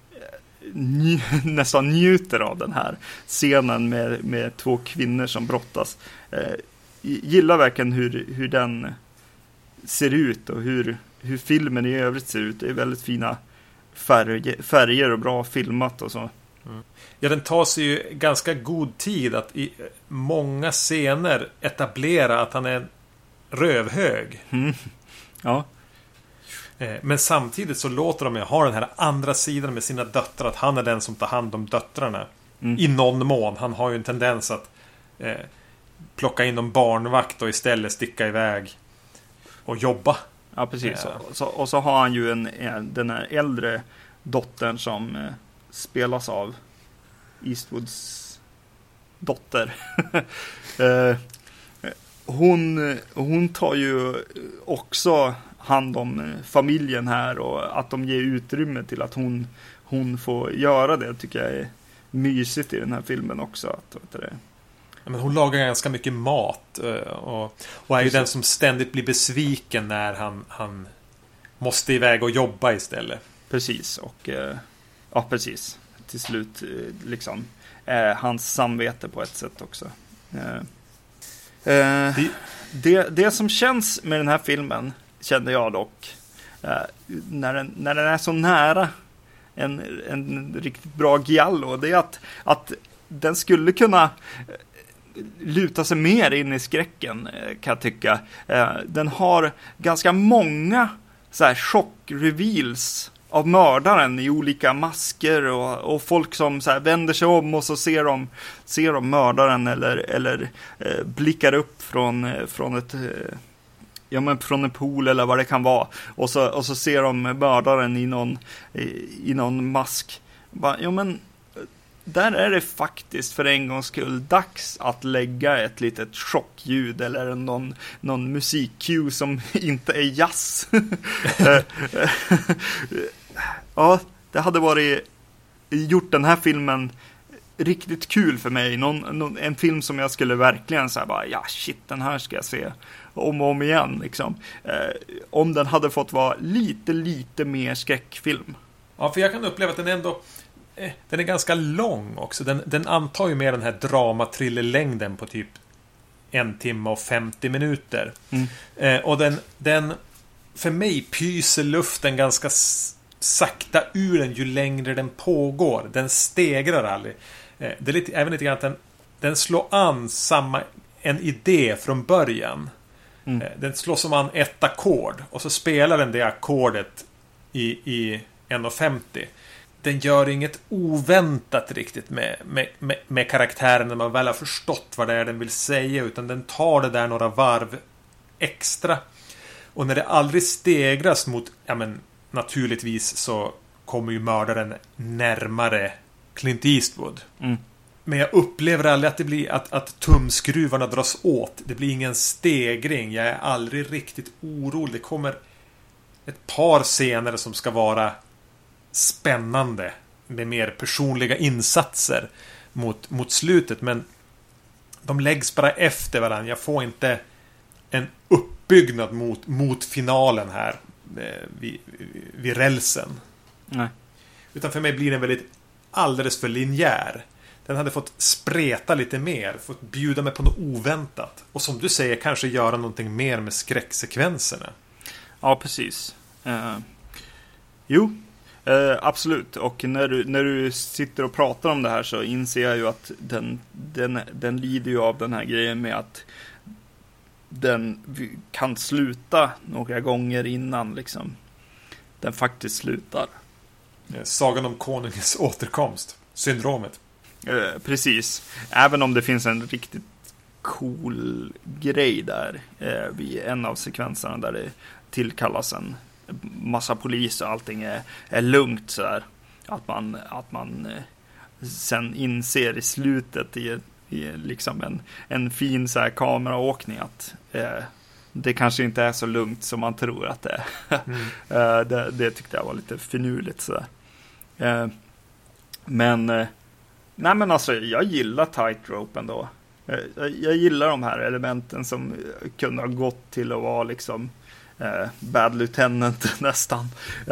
nästan njuter av den här scenen med två kvinnor som brottas. Gillar verkligen hur den ser ut och hur filmen i övrigt ser ut. Det är väldigt fina färger och bra filmat och så. Mm. Ja, den tar sig ju ganska god tid att i många scener etablera att han är rövhög. Mm. Ja. Men samtidigt så låter de ju ha den här andra sidan med sina döttrar, att han är den som tar hand om döttrarna. I någon mån. Han har ju en tendens att plocka in en barnvakt och istället sticka iväg och jobba. Ja, precis. Och så har han ju den här äldre dottern som spelas av Eastwoods dotter. Hon tar ju också hand om familjen här och att de ger utrymme till att hon får göra det tycker jag är mysigt i den här filmen också. Att men hon lagar ganska mycket mat och är ju den som ständigt blir besviken när han måste iväg och jobba istället. Precis, och ja precis. Till slut liksom hans samvete på ett sätt också. Det som känns med den här filmen kände jag dock när den är så nära en riktigt bra giallo, det är att den skulle kunna luta sig mer in i skräcken kan jag tycka. Den har ganska många så här chock-reveals av mördaren i olika masker och folk som så här vänder sig om och så ser de mördaren eller blickar upp från en pool eller vad det kan vara och så ser de mördaren i någon mask. Där är det faktiskt för en gångs skull dags att lägga ett litet chockljud eller någon musik-cue som inte är jazz. Ja, det hade gjort den här filmen riktigt kul för mig. En film som jag skulle verkligen säga bara, ja shit, den här ska jag se om och om igen liksom. Om den hade fått vara lite mer skräckfilm. Ja, för jag kan uppleva att den ändå den är ganska lång också. Den antar ju mer den här dramatriller-längden på typ 1 timme och 50 minuter. Och den för mig pyser luften ganska sakta ur den ju längre den pågår. Den stegrar aldrig. Det är även lite grann att den slår an en idé från början. Den slår som an ett ackord och så spelar den det ackordet i 1:50. Den gör inget oväntat riktigt med karaktären när man väl har förstått vad det är den vill säga, utan den tar det där några varv extra. Och när det aldrig stegras mot, naturligtvis så kommer ju mördaren närmare Clint Eastwood. Men jag upplever aldrig att det blir att tumskruvarna dras åt. Det blir ingen stegring. Jag är aldrig riktigt orolig. Det kommer ett par scener som ska vara spännande med mer personliga insatser mot slutet, men de läggs bara efter varandra. Jag får inte en uppbyggnad mot finalen här vid rälsen. Nej. Utan för mig blir den väldigt alldeles för linjär. Den hade fått spreta lite mer, fått bjuda mig på något oväntat. Och som du säger, kanske göra någonting mer med skräcksekvenserna. Ja, precis. Absolut. Och när du sitter och pratar om det här så inser jag ju att den lider ju av den här grejen med att den kan sluta några gånger innan liksom den faktiskt slutar. Sagan om konungens återkomst. Syndromet. Precis. Även om det finns en riktigt cool grej där vid en av sekvenserna där det tillkallas en massa polis och allting är lugnt så där. Att man sen inser i slutet i liksom en fin så här kameraåkning att det kanske inte är så lugnt som man tror att det är. Det tyckte jag var lite finurligt så där. Men alltså jag gillar Tightrope ändå. Jag gillar de här elementen som kunde ha gått till att vara liksom Bad Lieutenant nästan.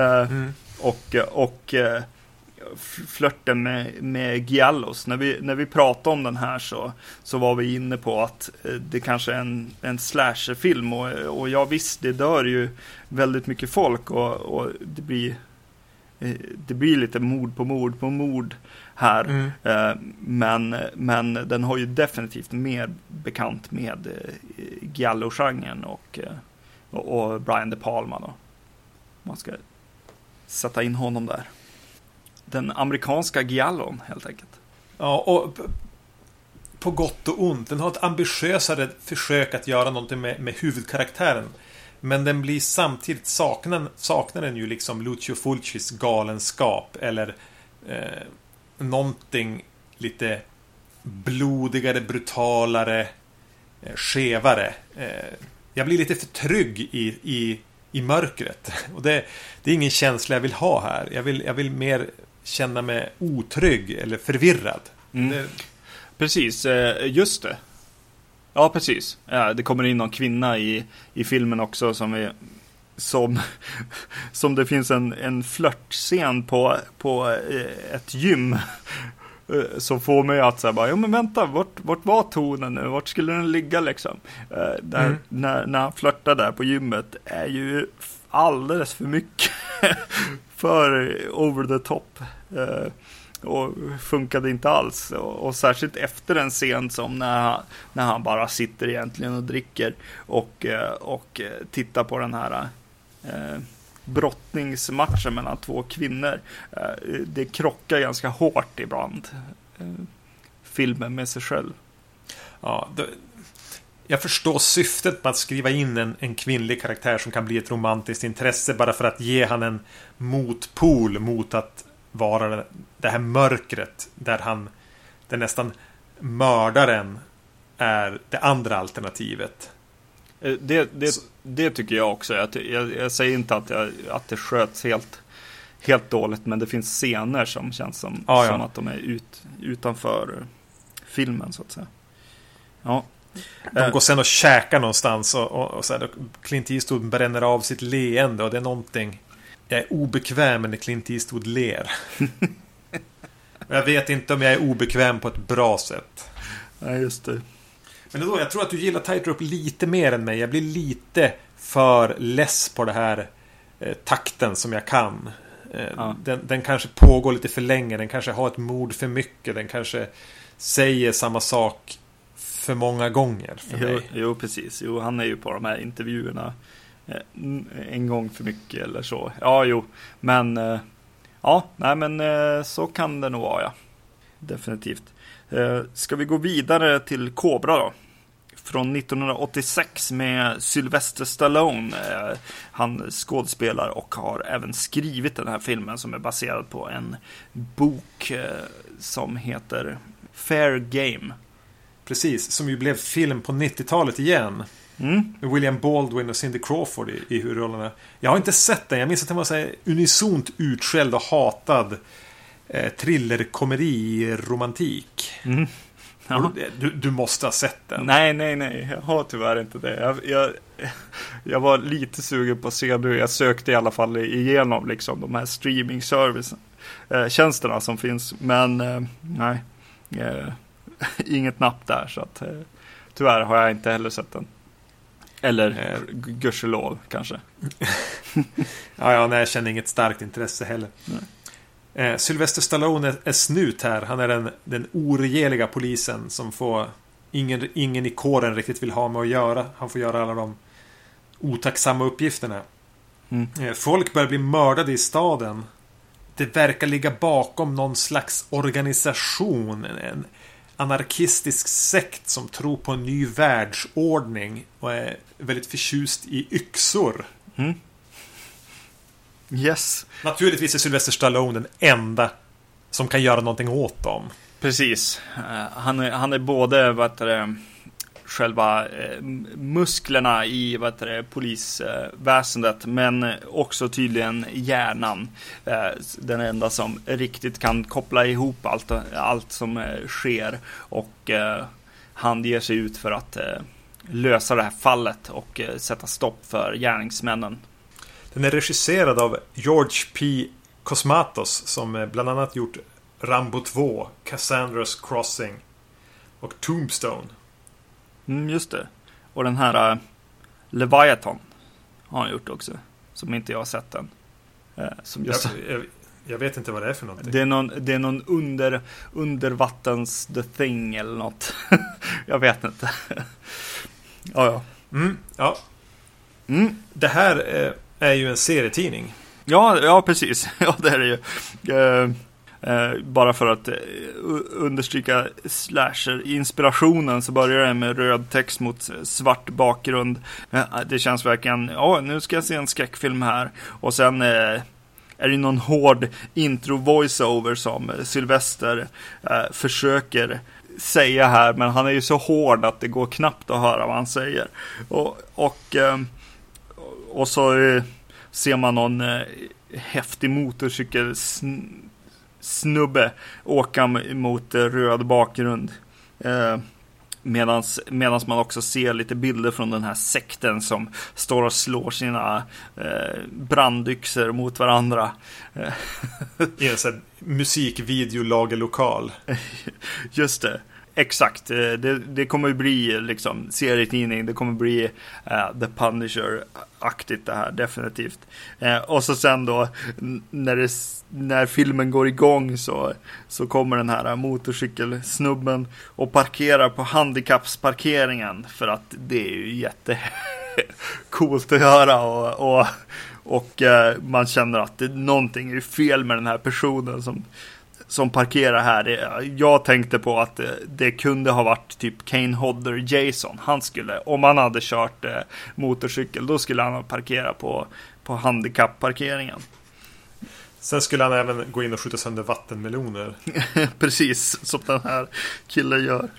Och flörten med Giallos. När vi pratade om den här så var vi inne på att det kanske är en slasherfilm och ja visst, det dör ju väldigt mycket folk och det blir lite mord på mord här. Men den har ju definitivt mer bekant med Giallo-genren och Brian De Palma då. Man ska sätta in honom där. Den amerikanska Giallon helt enkelt. Ja, och på gott och ont. Den har ett ambitiösare försök att göra någonting med huvudkaraktären. Men den blir samtidigt saknar den ju liksom Lucio Fulcis galenskap eller någonting lite blodigare, brutalare, skevare. Jag blir lite för trygg i mörkret. Och det är ingen känsla jag vill ha här. Jag vill mer känna mig otrygg eller förvirrad. Precis, just det. Ja, precis. Ja, det kommer in någon kvinna i filmen också som det finns en flörtscen på ett gym som får mig att säga bara, men vänta, vart var tonen nu? Vart skulle den ligga liksom? När han flörtar där på gymmet är ju alldeles för mycket för over the top. Och funkade inte alls. Och särskilt efter en scen som när han bara sitter egentligen och dricker och tittar på den här brottningsmatchen mellan två kvinnor. Det krockar ganska hårt ibland. Filmen med sig själv. Ja, jag förstår syftet med att skriva in en kvinnlig karaktär som kan bli ett romantiskt intresse bara för att ge han en motpol mot att vara det här mörkret där nästan mördaren är det andra alternativet. Det tycker jag också. Jag säger inte att det sköts helt dåligt, men det finns scener som känns som att de är utanför filmen så att säga. Ja. De går sen och käkar någonstans och så här, Clint Eastwood bränner av sitt leende och det är någonting. Jag är obekväm när Clint Eastwood ler. Jag vet inte om jag är obekväm på ett bra sätt. Nej, just det. Men då, jag tror att du gillar Tightrope lite mer än mig. Jag blir lite för less på det här takten som jag kan. Den kanske pågår lite för länge. Den kanske har ett mord för mycket. Den kanske säger samma sak för många gånger för mig. Jo, precis. Jo, han är ju på de här intervjuerna en gång för mycket eller så. Ja, jo. Men så kan det nog vara, ja. Definitivt. Ska vi gå vidare till Cobra då? Från 1986 med Sylvester Stallone. Han skådespelar och har även skrivit den här filmen som är baserad på en bok som heter Fair Game. Precis, som ju blev film på 90-talet igen. Med William Baldwin och Cindy Crawford i huvudrollerna. Jag har inte sett den. Jag minns att den var så här unisont utskälld och hatad thrillerkomedi-romantik. Ja. Du måste ha sett den. Nej, jag har tyvärr inte det. Jag var lite sugen på att se det. Jag sökte i alla fall igenom liksom, de här streaming-service-tjänsterna som finns. Men nej, inget napp där. Så att, tyvärr har jag inte heller sett den. Eller gudskelov kanske. Nej, jag känner inget starkt intresse heller. Sylvester Stallone är snut här. Han är den oregeliga polisen som får ingen i kåren riktigt vill ha med att göra. Han får göra alla de otacksamma uppgifterna. Folk börjar bli mördade i staden. Det verkar ligga bakom någon slags organisation. En anarkistisk sekt som tror på en ny världsordning och är väldigt förtjust i yxor. Yes. Naturligtvis är Sylvester Stallone den enda som kan göra någonting åt dem. Precis. Han är både själva musklerna i polisväsendet, men också tydligen hjärnan. Den enda som riktigt kan koppla ihop allt som sker, och han ger sig ut för att lösa det här fallet och sätta stopp för gärningsmännen. Den är regisserad av George P. Cosmatos, som bland annat gjort Rambo 2, Cassandra's Crossing och Tombstone. Just det. Och den här Leviathan har han gjort också, som inte jag har sett än. Jag vet inte vad det är för någonting. Det är någon undervattens The Thing eller något. Jag vet inte. Ja. Det här är ju en serietidning. Ja, precis. Ja, det är det ju. Bara för att understryka slasher-inspirationen, så börjar det med röd text mot svart bakgrund. Det känns verkligen, nu ska jag se en skräckfilm här. Och sen är det någon hård intro-voiceover som Sylvester försöker säga här, men han är ju så hård att det går knappt att höra vad han säger. Och så ser man någon häftig motorcykelsnubbe åka mot röd bakgrund. Medans man också ser lite bilder från den här sekten som står och slår sina brandyxor mot varandra. I en sån musikvideolagerlokal. Just det. Exakt, det kommer bli liksom serietidning, det kommer bli The Punisher-aktigt det här, definitivt. Och så sen då, när filmen går igång så kommer den här motorcykelsnubben och parkerar på handikappsparkeringen, för att det är ju jättecoolt att göra, och man känner att någonting är fel med den här personen som parkerar här. Jag tänkte på att det kunde ha varit typ Kane Hodder Jason. Han skulle, om han hade kört motorcykel, då skulle han parkera på handikappparkeringen. Sen skulle han även gå in och skjuta sönder vattenmeloner. Precis, som den här killen gör.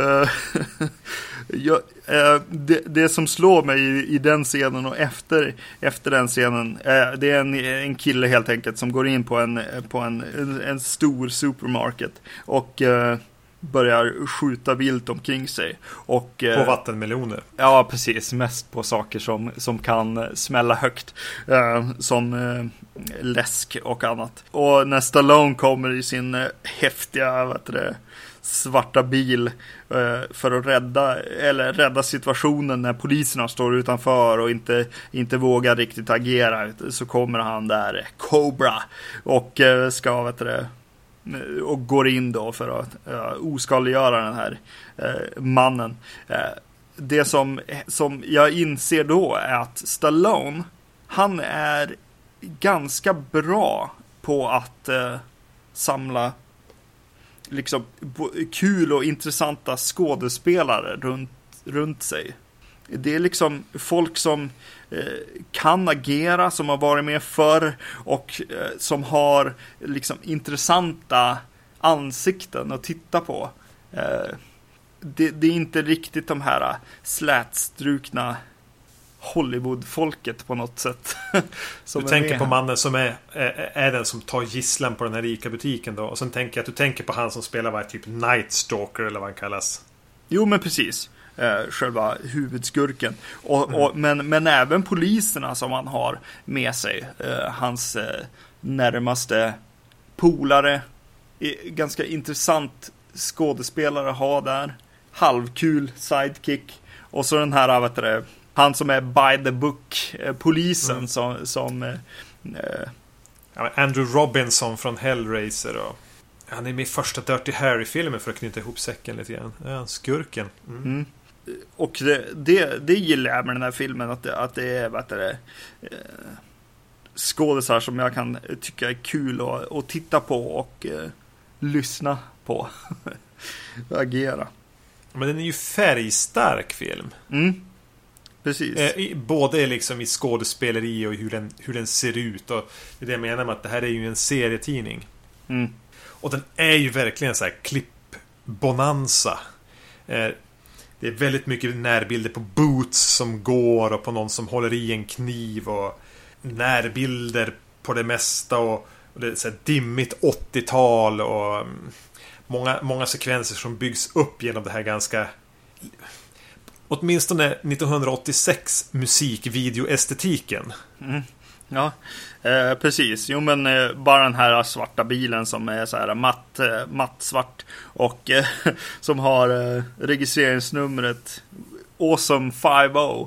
Det som slår mig i den scenen och efter den scenen, det är en kille helt enkelt som går in på en stor supermarket och börjar skjuta vilt omkring sig. Och, på vattenmeloner. Ja, precis. Mest på saker som kan smälla högt. Som läsk och annat. Och när Stallone kommer i sin häftiga svarta bil för att rädda situationen när poliserna står utanför och inte vågar riktigt agera, så kommer han där, Cobra, och ska och går in då för att oskadliggöra den här mannen. Det som jag inser då är att Stallone, han är ganska bra på att samla liksom kul och intressanta skådespelare runt sig. Det är liksom folk som kan agera, som har varit med förr, och som har liksom intressanta ansikten att titta på. Det är inte riktigt de här slätstrukna Hollywood-folket på något sätt. Du tänker på mannen som är den som tar gisslan på den här rika butiken då. Och sen tänker jag att du tänker på han som spelar typ Night Stalker eller vad han kallas. Jo, men precis. Själva huvudskurken. Men även poliserna som han har med sig. Hans närmaste polare. Ganska intressant skådespelare att ha där. Halvkul sidekick. Och så den här, han som är by the book, polisen som Andrew Robinson från Hellraiser, och han är med i första Dirty Harry-filmen, för att knyta ihop säcken lite grann. Ja, skurken. Och det gillar jag med den här filmen, att det är skådespelare som jag kan tycka är kul att titta på och lyssna på. Agera. Men den är ju färgstark film. precis. Både liksom i skådespeleri och hur den ser ut. Och det är det jag menar med att det här är ju en serietidning. Och den är ju verkligen så här klippbonanza. Det är väldigt mycket närbilder på boots som går och på någon som håller i en kniv och närbilder på det mesta och det är så här dimmigt 80-tal och många sekvenser som byggs upp genom det här ganska åtminstone 1986 musikvideoestetiken. Ja, precis. Jo, men bara den här svarta bilen som är så här matt svart och som har registreringsnumret Awesome 50.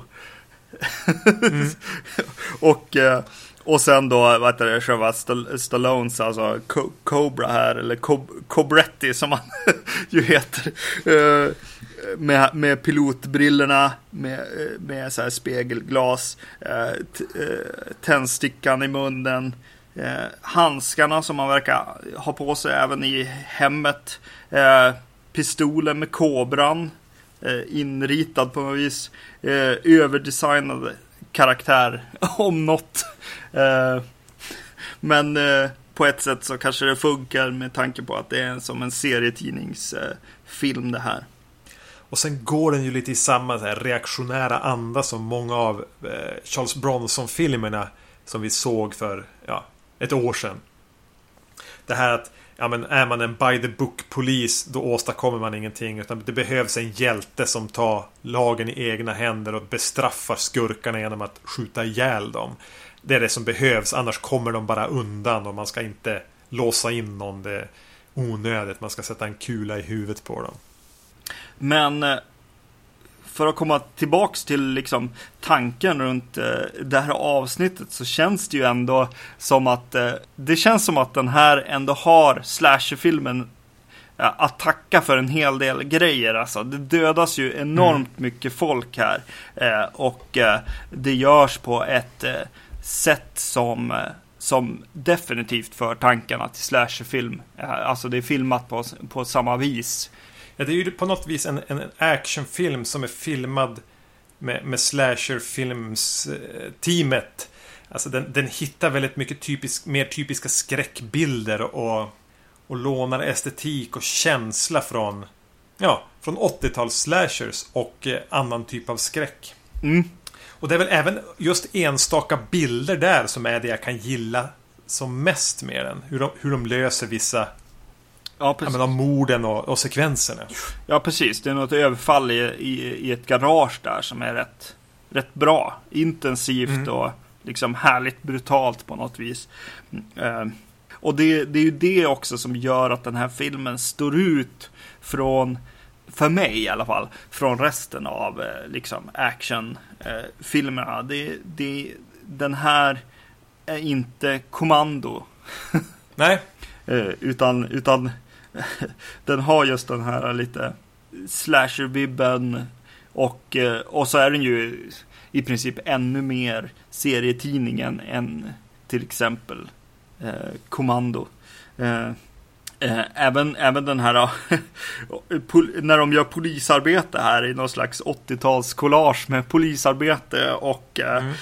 Och sen då, vad heter det, själva Stallones, alltså Cobra här, eller Cobretti som han ju heter, med pilotbrillorna, med så här spegelglas, tändstickan i munnen, handskarna som man verkar ha på sig även i hemmet, pistolen med kobran inritad på något vis, överdesignad karaktär om något. Men på ett sätt så kanske det funkar med tanke på att det är som en serietidningsfilm det här. Och sen går den ju lite i samma så här reaktionära anda som många av Charles Bronson-filmerna som vi såg för ett år sedan. Det här att är man en by the book-polis, då åstadkommer man ingenting, utan det behövs en hjälte som tar lagen i egna händer och bestraffar skurkarna genom att skjuta ihjäl dem. Det är det som behövs, annars kommer de bara undan och man ska inte låsa in någon. Det är onödigt, man ska sätta en kula i huvudet på dem. Men för att komma tillbaks till liksom tanken runt det här avsnittet, så känns det ju ändå som att det känns som att den här ändå har slasherfilmen att tacka för en hel del grejer. Alltså, det dödas ju enormt mycket folk här, och det görs på ett sätt som definitivt för tankarna till slasherfilm. Alltså det är filmat på samma vis. Ja, det är ju på något vis en actionfilm som är filmad med slasherfilms-teamet. Alltså den hittar väldigt mycket mer typiska skräckbilder och lånar estetik och känsla från 80-tals slashers och annan typ av skräck. Och det är väl även just enstaka bilder där som är det jag kan gilla som mest med den. Hur de löser vissa morden och sekvenserna. Ja, precis. Det är något överfall i ett garage där som är rätt bra. Intensivt och liksom härligt brutalt på något vis. Och det är ju det också som gör att den här filmen står ut från, för mig i alla fall, från resten av liksom actionfilmerna. Den här är inte Kommando. Nej. Utan den har just den här lite slasher-vibben och så är den ju i princip ännu mer serietidningen än till exempel Kommando. Även den här när de gör polisarbete här i någon slags 80-tals collage med polisarbete och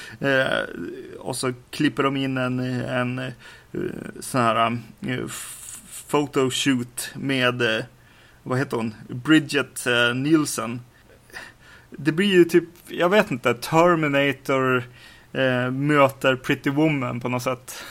så klipper de in en sån här photoshoot med vad heter hon? Bridget Nielsen. Det blir ju typ, jag vet inte, Terminator möter Pretty Woman på något sätt.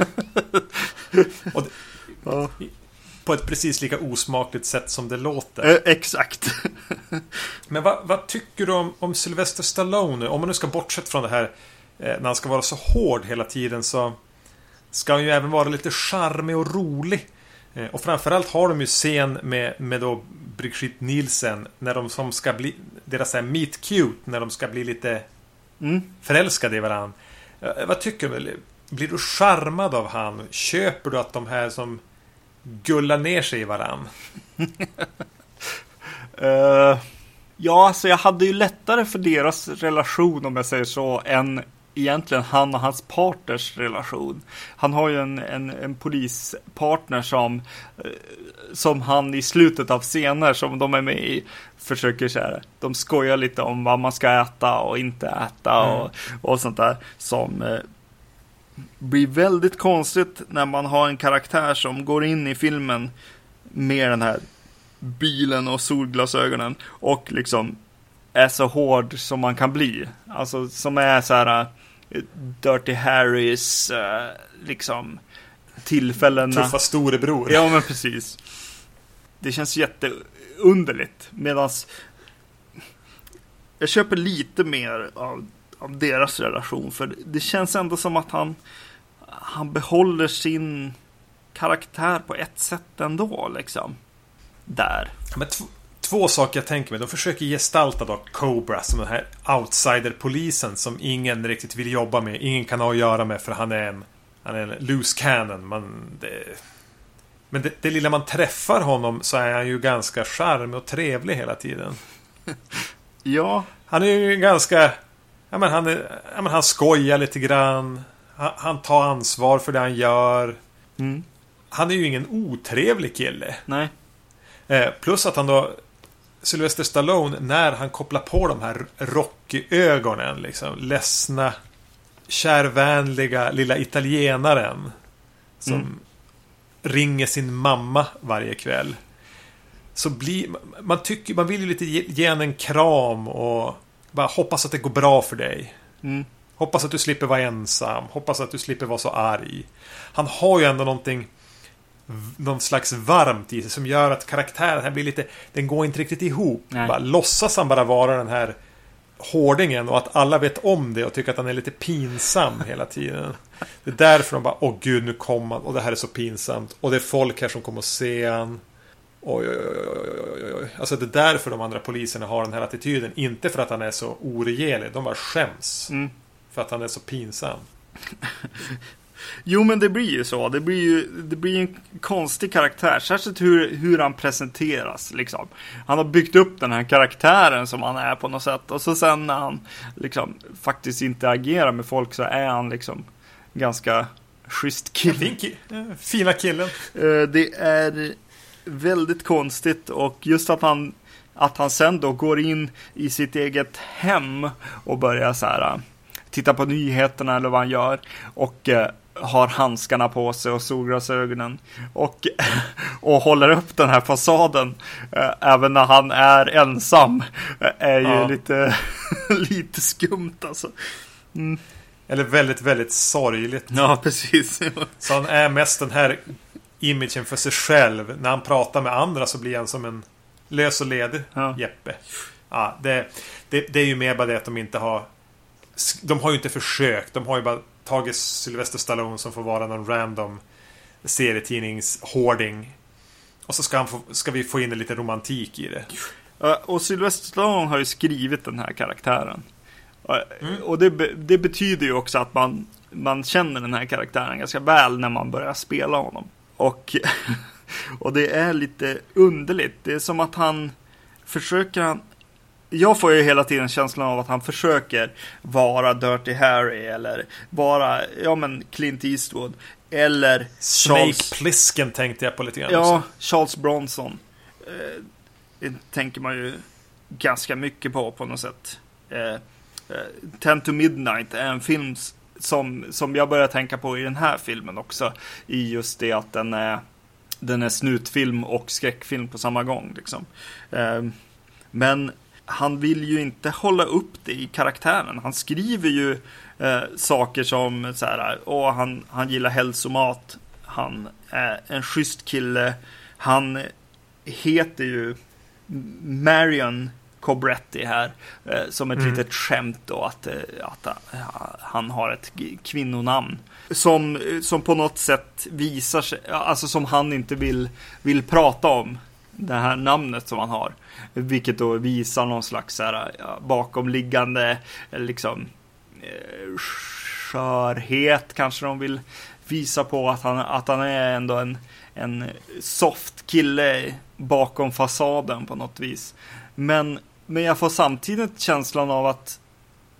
Och på ett precis lika osmakligt sätt som det låter. Exakt. Men vad tycker du om Sylvester Stallone? Om man nu ska bortsätta från det här när han ska vara så hård hela tiden, så ska han ju även vara lite charmig och rolig. Och framförallt har de ju scen med då Brigitte Nielsen när de som ska bli deras här meet cute, när de ska bli lite förälskade i varandra. Vad tycker du? Blir du charmad av han? Köper du att de här som gullar ner sig i varann? Ja, alltså jag hade ju lättare för deras relation, om jag säger så, än egentligen han och hans partners relation. Han har ju en polispartner som han i slutet av scener som de är med i försöker så här, de skojar lite om vad man ska äta och inte äta och sånt där som blir väldigt konstigt när man har en karaktär som går in i filmen med den här bilen och solglasögonen och liksom är så hård som man kan bli. Alltså som är så här Dirty Harrys liksom tillfällen. Tuffa storebror. Ja, men precis. Det känns jätteunderligt. Medans jag köper lite mer av deras relation. För det känns ändå som att han behåller sin karaktär på ett sätt ändå, liksom. Där. Men två saker jag tänker mig. De försöker gestalta då Cobra som den här outsider-polisen som ingen riktigt vill jobba med. Ingen kan ha att göra med för han är en loose cannon. Men det lilla man träffar honom så är han ju ganska charmig och trevlig hela tiden. Ja. Han är ju ganska... han skojar lite grann. Han tar ansvar för det han gör. Mm. Han är ju ingen otrevlig kille. Nej. Plus att han då... Sylvester Stallone, när han kopplar på de här Rocky-ögonen, liksom, ledsna, kärvänliga lilla italienaren som ringer sin mamma varje kväll, så blir man vill ju lite ge henne en kram och bara hoppas att det går bra för dig. Hoppas att du slipper vara ensam, hoppas att du slipper vara så arg. Han har ju ändå någon slags varmt i sig som gör att karaktären här blir lite, den går inte riktigt ihop. Bara låtsas han bara vara den här hårdingen och att alla vet om det och tycker att han är lite pinsam hela tiden. Det är därför de bara, åh gud, nu kommer han och det här är så pinsamt och det är folk här som kommer att se han. Oj. Alltså det är därför de andra poliserna har den här attityden, inte för att han är så oregelig, de bara skäms för att han är så pinsam. Jo, men det blir ju så. Det blir en konstig karaktär. Särskilt hur han presenteras, liksom. Han har byggt upp den här karaktären som han är på något sätt. Och så sen när han liksom faktiskt inte agerar med folk så är han liksom ganska schysst kille. Fina killen. Det är väldigt konstigt. Och just att han sen då går in i sitt eget hem och börjar så här titta på nyheterna eller vad han gör. Och har handskarna på sig och solglasögonen och håller upp den här fasaden även när han är ensam är ju lite skumt alltså. Eller väldigt, väldigt sorgligt. Ja, precis. Så han är mest den här imagen för sig själv. När han pratar med andra så blir han som en lös och ledig Jeppe. Ja, det är ju mer bara det att de har ju inte försökt. De har ju bara tagit Sylvester Stallone som får vara någon random serietidningshoarding. Och så ska vi få in lite romantik i det. Och Sylvester Stallone har ju skrivit den här karaktären. Och det betyder ju också att man känner den här karaktären ganska väl när man börjar spela honom. Och det är lite underligt. Det är som att han försöker... Jag får ju hela tiden känslan av att han försöker vara Dirty Harry eller vara Clint Eastwood eller Snake Plissken tänkte jag på lite grann. Ja, också. Charles Bronson. Det tänker man ju ganska mycket på något sätt. 10 to Midnight är en film som jag börjar tänka på i den här filmen också. I just det att den är snutfilm och skräckfilm på samma gång liksom. Men han vill ju inte hålla upp det i karaktären. Han skriver ju saker som så här, han gillar hälsomat. Han är en schysst kille. Han heter ju Marion Cobretti här som ett litet skämt då att han har ett kvinnonamn som på något sätt visar sig, alltså som han inte vill prata om det här namnet som han har, vilket då visar någon slags så här, bakomliggande liksom skörhet kanske de vill visa på att han är ändå en soft kille bakom fasaden på något vis. Men jag får samtidigt känslan av att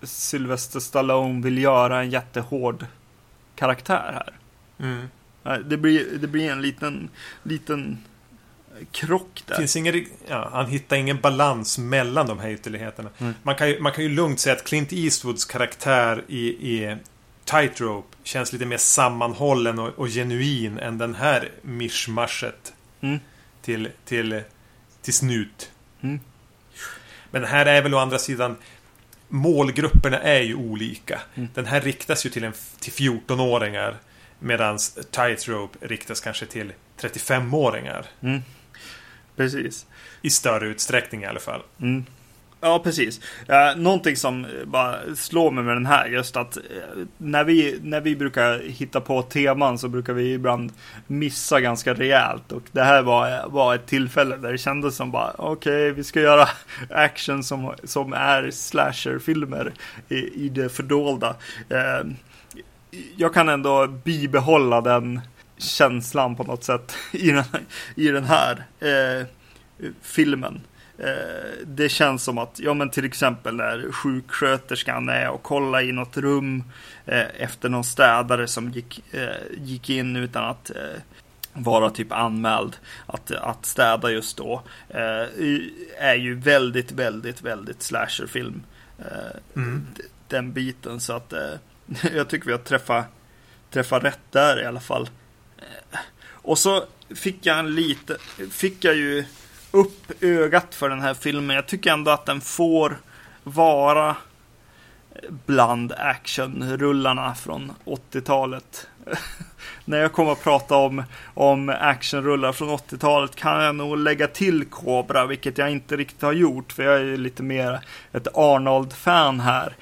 Sylvester Stallone vill göra en jättehård karaktär här. Det blir en liten krock där. Finns han hittar ingen balans mellan de här ytterligheterna. Man kan ju lugnt säga att Clint Eastwoods karaktär i Tightrope känns lite mer sammanhållen och genuin än den här mischmaschet till snut. Men den här är väl å andra sidan, målgrupperna är ju olika. Den här riktas ju till 14-åringar, medan Tightrope riktas kanske till 35-åringar. Precis. I större utsträckning i alla fall. Ja, precis. Någonting som bara slår mig med den här, just att när vi brukar hitta på teman så brukar vi ibland missa ganska rejält. Och det här var ett tillfälle där det kändes som bara, okej, vi ska göra action som är slasherfilmer i det fördolda. Jag kan ändå bibehålla den känslan på något sätt i den här filmen. Det känns som att, ja men till exempel när sjuksköterskan är och kollar i något rum efter någon städare som gick in utan att vara typ anmäld att städa just då, är ju väldigt, väldigt, väldigt slasherfilm. Den biten, så att jag tycker vi har träffat rätt där i alla fall. Och så fick jag ju upp ögat för den här filmen. Jag tycker ändå att den får vara bland actionrullarna från 80-talet. När jag kommer att prata om actionrullar från 80-talet kan jag nog lägga till Cobra, vilket jag inte riktigt har gjort, för jag är ju lite mer ett Arnold-fan här.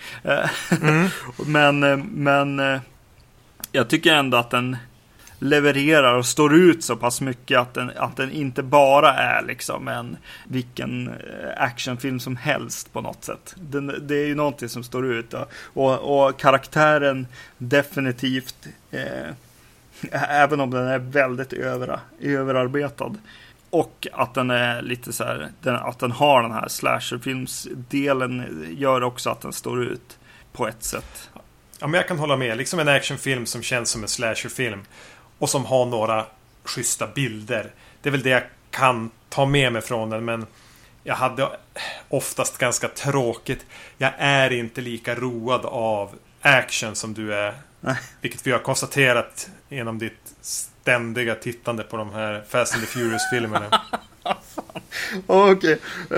Men jag tycker ändå att den levererar och står ut så pass mycket att den inte bara är liksom vilken actionfilm som helst på något sätt. Det är ju någonting som står ut, och karaktären definitivt, även om den är väldigt överarbetad, och att den är lite så här, att den har den här slasherfilmsdelen gör också att den står ut på ett sätt. Ja, men jag kan hålla med. Liksom en actionfilm som känns som en slasherfilm och som har några schyssta bilder. Det är väl det jag kan ta med mig från den, men jag hade oftast ganska tråkigt. Jag är inte lika road av action som du är. Nej. Vilket vi har konstaterat genom ditt ständiga tittande på de här Fast and the Furious-filmerna. Okej.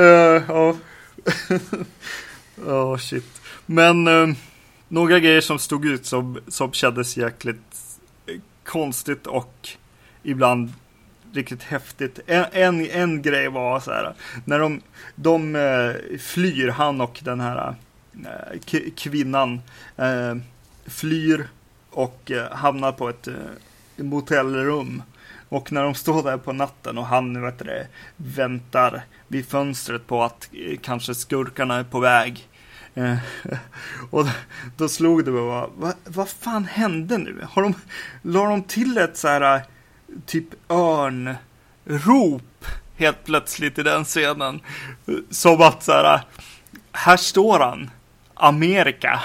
Shit. Men några grejer som stod ut som kändes jäkligt konstigt och ibland riktigt häftigt. En grej var så här, när de flyr, han och den här kvinnan flyr och hamnar på ett motellrum, och när de står där på natten och han väntar vid fönstret på att kanske skurkarna är på väg, och då slog det mig, vad fan hände nu? La de till ett så här typ örnrop helt plötsligt i den scenen, som att så här står han, Amerika,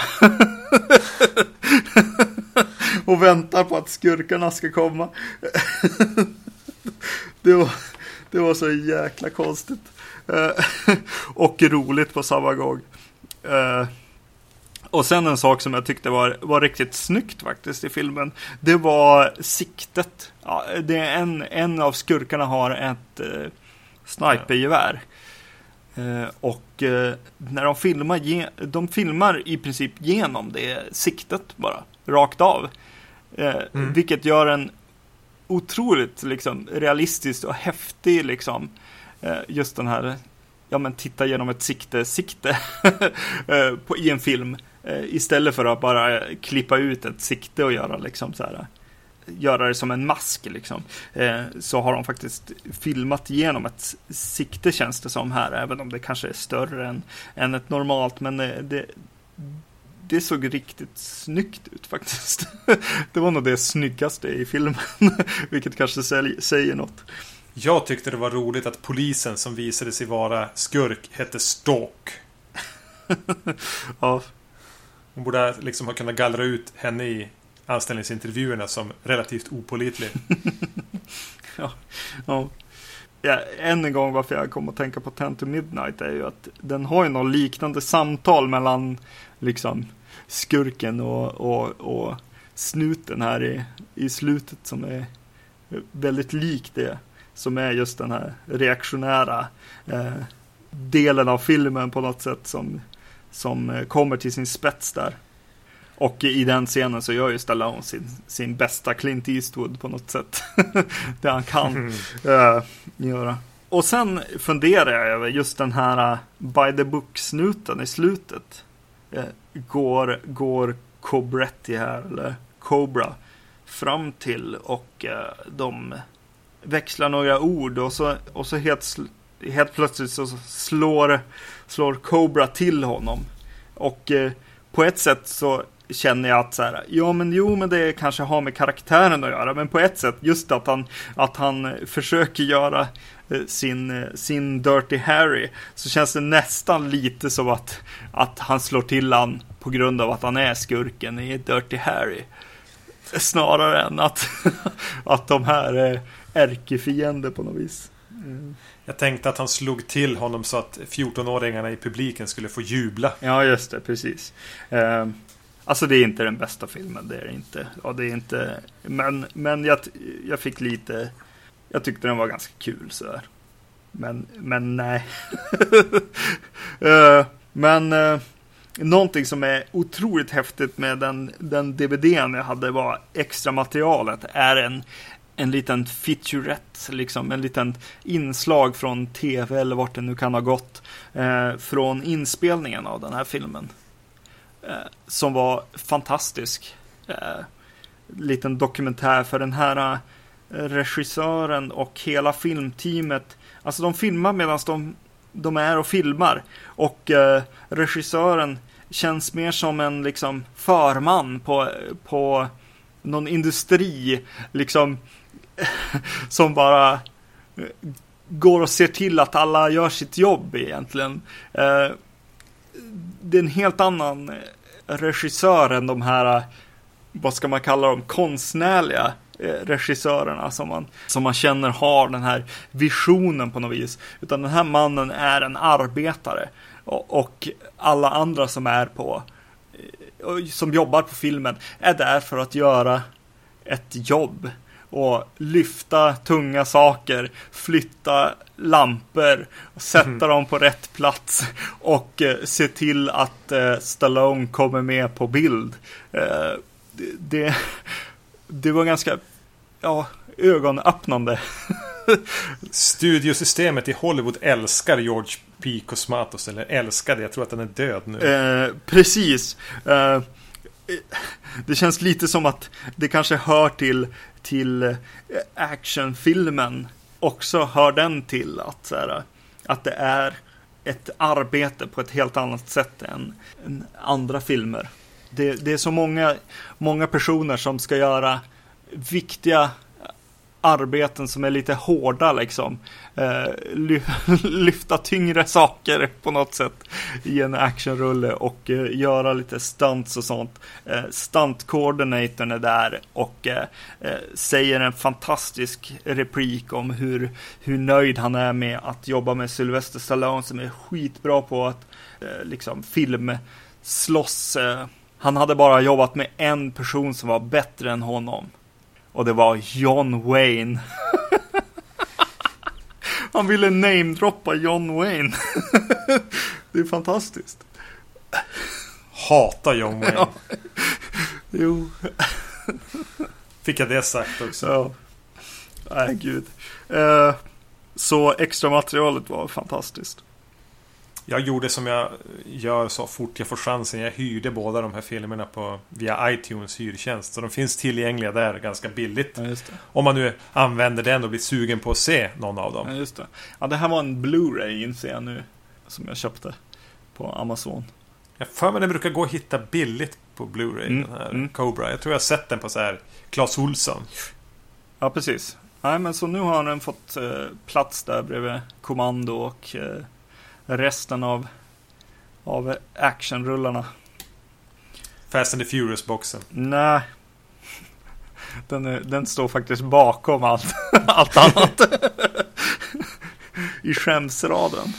och väntar på att skurkarna ska komma. Det var så jäkla konstigt och roligt på samma gång. Och sen en sak som jag tyckte var riktigt snyggt faktiskt i filmen, det var siktet. Ja, det är en av skurkarna har ett snipergevär. Och när de filmar i princip genom det siktet bara, rakt av. Vilket gör en otroligt liksom realistisk och häftig liksom, just den här, ja men titta genom ett sikte i en film, istället för att bara klippa ut ett sikte och göra liksom så här, göra det som en mask liksom, så har de faktiskt filmat genom ett sikte, känns det som här, även om det kanske är större än ett normalt, men det såg riktigt snyggt ut faktiskt. Det var nog det snyggaste i filmen, vilket kanske säger något. Jag tyckte det var roligt att polisen som visade sig vara skurk hette Stalk. Ja. Hon borde liksom ha kunnat gallra ut henne i anställningsintervjuerna som relativt opålitlig. Ja. Än en gång varför jag kom att tänka på 10 to Midnight är ju att den har ju något liknande samtal mellan liksom skurken och snuten här i slutet som är väldigt likt det som är just den här reaktionära delen av filmen på något sätt som kommer till sin spets där. Och i den scenen så gör ju Stallone sin bästa Clint Eastwood på något sätt. Det han kan göra. Och sen funderar jag över just den här by the book-snuten i slutet. Går Cobretti här, eller Cobra, fram till och de växlar några ord och så helt plötsligt så slår Cobra till honom. Och på ett sätt så känner jag att så här, men det kanske har med karaktären att göra, men på ett sätt just att han försöker göra sin Dirty Harry, så känns det nästan lite som att han slår till han på grund av att han är skurken i Dirty Harry, snarare än att de här är ärkefiender på något vis. Jag tänkte att han slog till honom så att 14-åringarna i publiken skulle få jubla. Ja, just det, precis. Alltså det är inte den bästa filmen, det är det inte. Ja, det är inte, men jag fick lite, jag tyckte den var ganska kul så där. Men nej. Någonting som är otroligt häftigt med den DVD:n jag hade var extra materialet är en liten featurette, liksom en liten inslag från tv eller vart det nu kan ha gått, från inspelningen av den här filmen. Som var fantastisk. Liten dokumentär för den här regissören och hela filmteamet. Alltså de filmar medan de är och filmar. Och regissören känns mer som en liksom förman på någon industri liksom som bara går och ser till att alla gör sitt jobb egentligen. Det är en helt annan regissör än de här, vad ska man kalla dem, konstnärliga regissörerna som man känner har den här visionen på något vis. Utan den här mannen är en arbetare och alla andra som jobbar på filmen är där för att göra ett jobb och lyfta tunga saker, flytta lampor, sätta dem på rätt plats och se till att Stallone kommer med på bild. Det var ganska ögonöppnande. Studiosystemet i Hollywood älskar George P. Cosmatos, eller älskade, jag tror att den är död nu. Precis. Det känns lite som att det kanske hör till actionfilmen, också hör den till att det är ett arbete på ett helt annat sätt än andra filmer. Det är så många personer som ska göra viktiga arbeten som är lite hårda liksom. Lyfta tyngre saker på något sätt i en actionrulle och göra lite stunts och sånt. Stunt-coordinatorn är där och säger en fantastisk replik om hur nöjd han är med att jobba med Sylvester Stallone, som är skitbra på att liksom filmslåss. Han hade bara jobbat med en person som var bättre än honom. Och det var John Wayne. Han ville namedroppa John Wayne. Det är fantastiskt. Hata John Wayne. Ja. Jo. Fick jag det sagt också. Ja. Nej, gud. Så extra materialet var fantastiskt. Jag gjorde som jag gör så fort jag får chansen. Jag hyrde båda de här filmerna via iTunes hyrtjänst. Så de finns tillgängliga där ganska billigt. Ja, just det. Om man nu använder den och blir sugen på att se någon av dem. Ja, just det. Ja, det här var en Blu-ray, inser jag nu, som jag köpte på Amazon. Jag för mig den brukar gå att hitta billigt på Blu-ray, den här Cobra. Jag tror jag har sett den på så här Clas Ohlson. Ja, precis. Nej, men så nu har den fått plats där bredvid Kommando och resten av actionrullarna. Fast and the Furious-boxen? Nej. Den står faktiskt bakom allt annat. I skämsraden.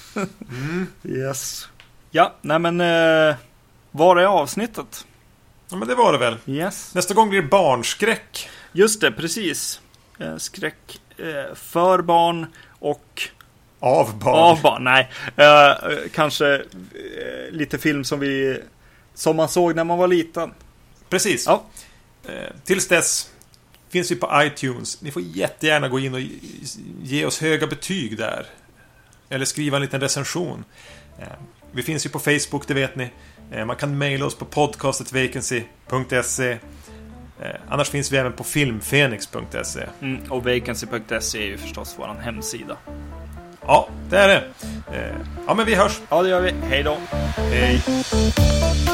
Yes. Ja, nej men var är avsnittet? Ja, men det var det väl. Yes. Nästa gång blir det barnskräck. Just det, precis. Skräck för barn och av barn. Nej, kanske lite film som man såg när man var liten. Precis. Ja. Tills dess finns vi på iTunes. Ni får jättegärna gå in och ge oss höga betyg där. Eller skriva en liten recension. Vi finns ju på Facebook, det vet ni. Man kan mejla oss på podcastetvacancy.se. Annars finns vi även på filmfenix.se. Och vacancy.se är ju förstås vår hemsida. Ja, det är det. Ja, men vi hörs. Ja, det gör vi. Hej då. Hej.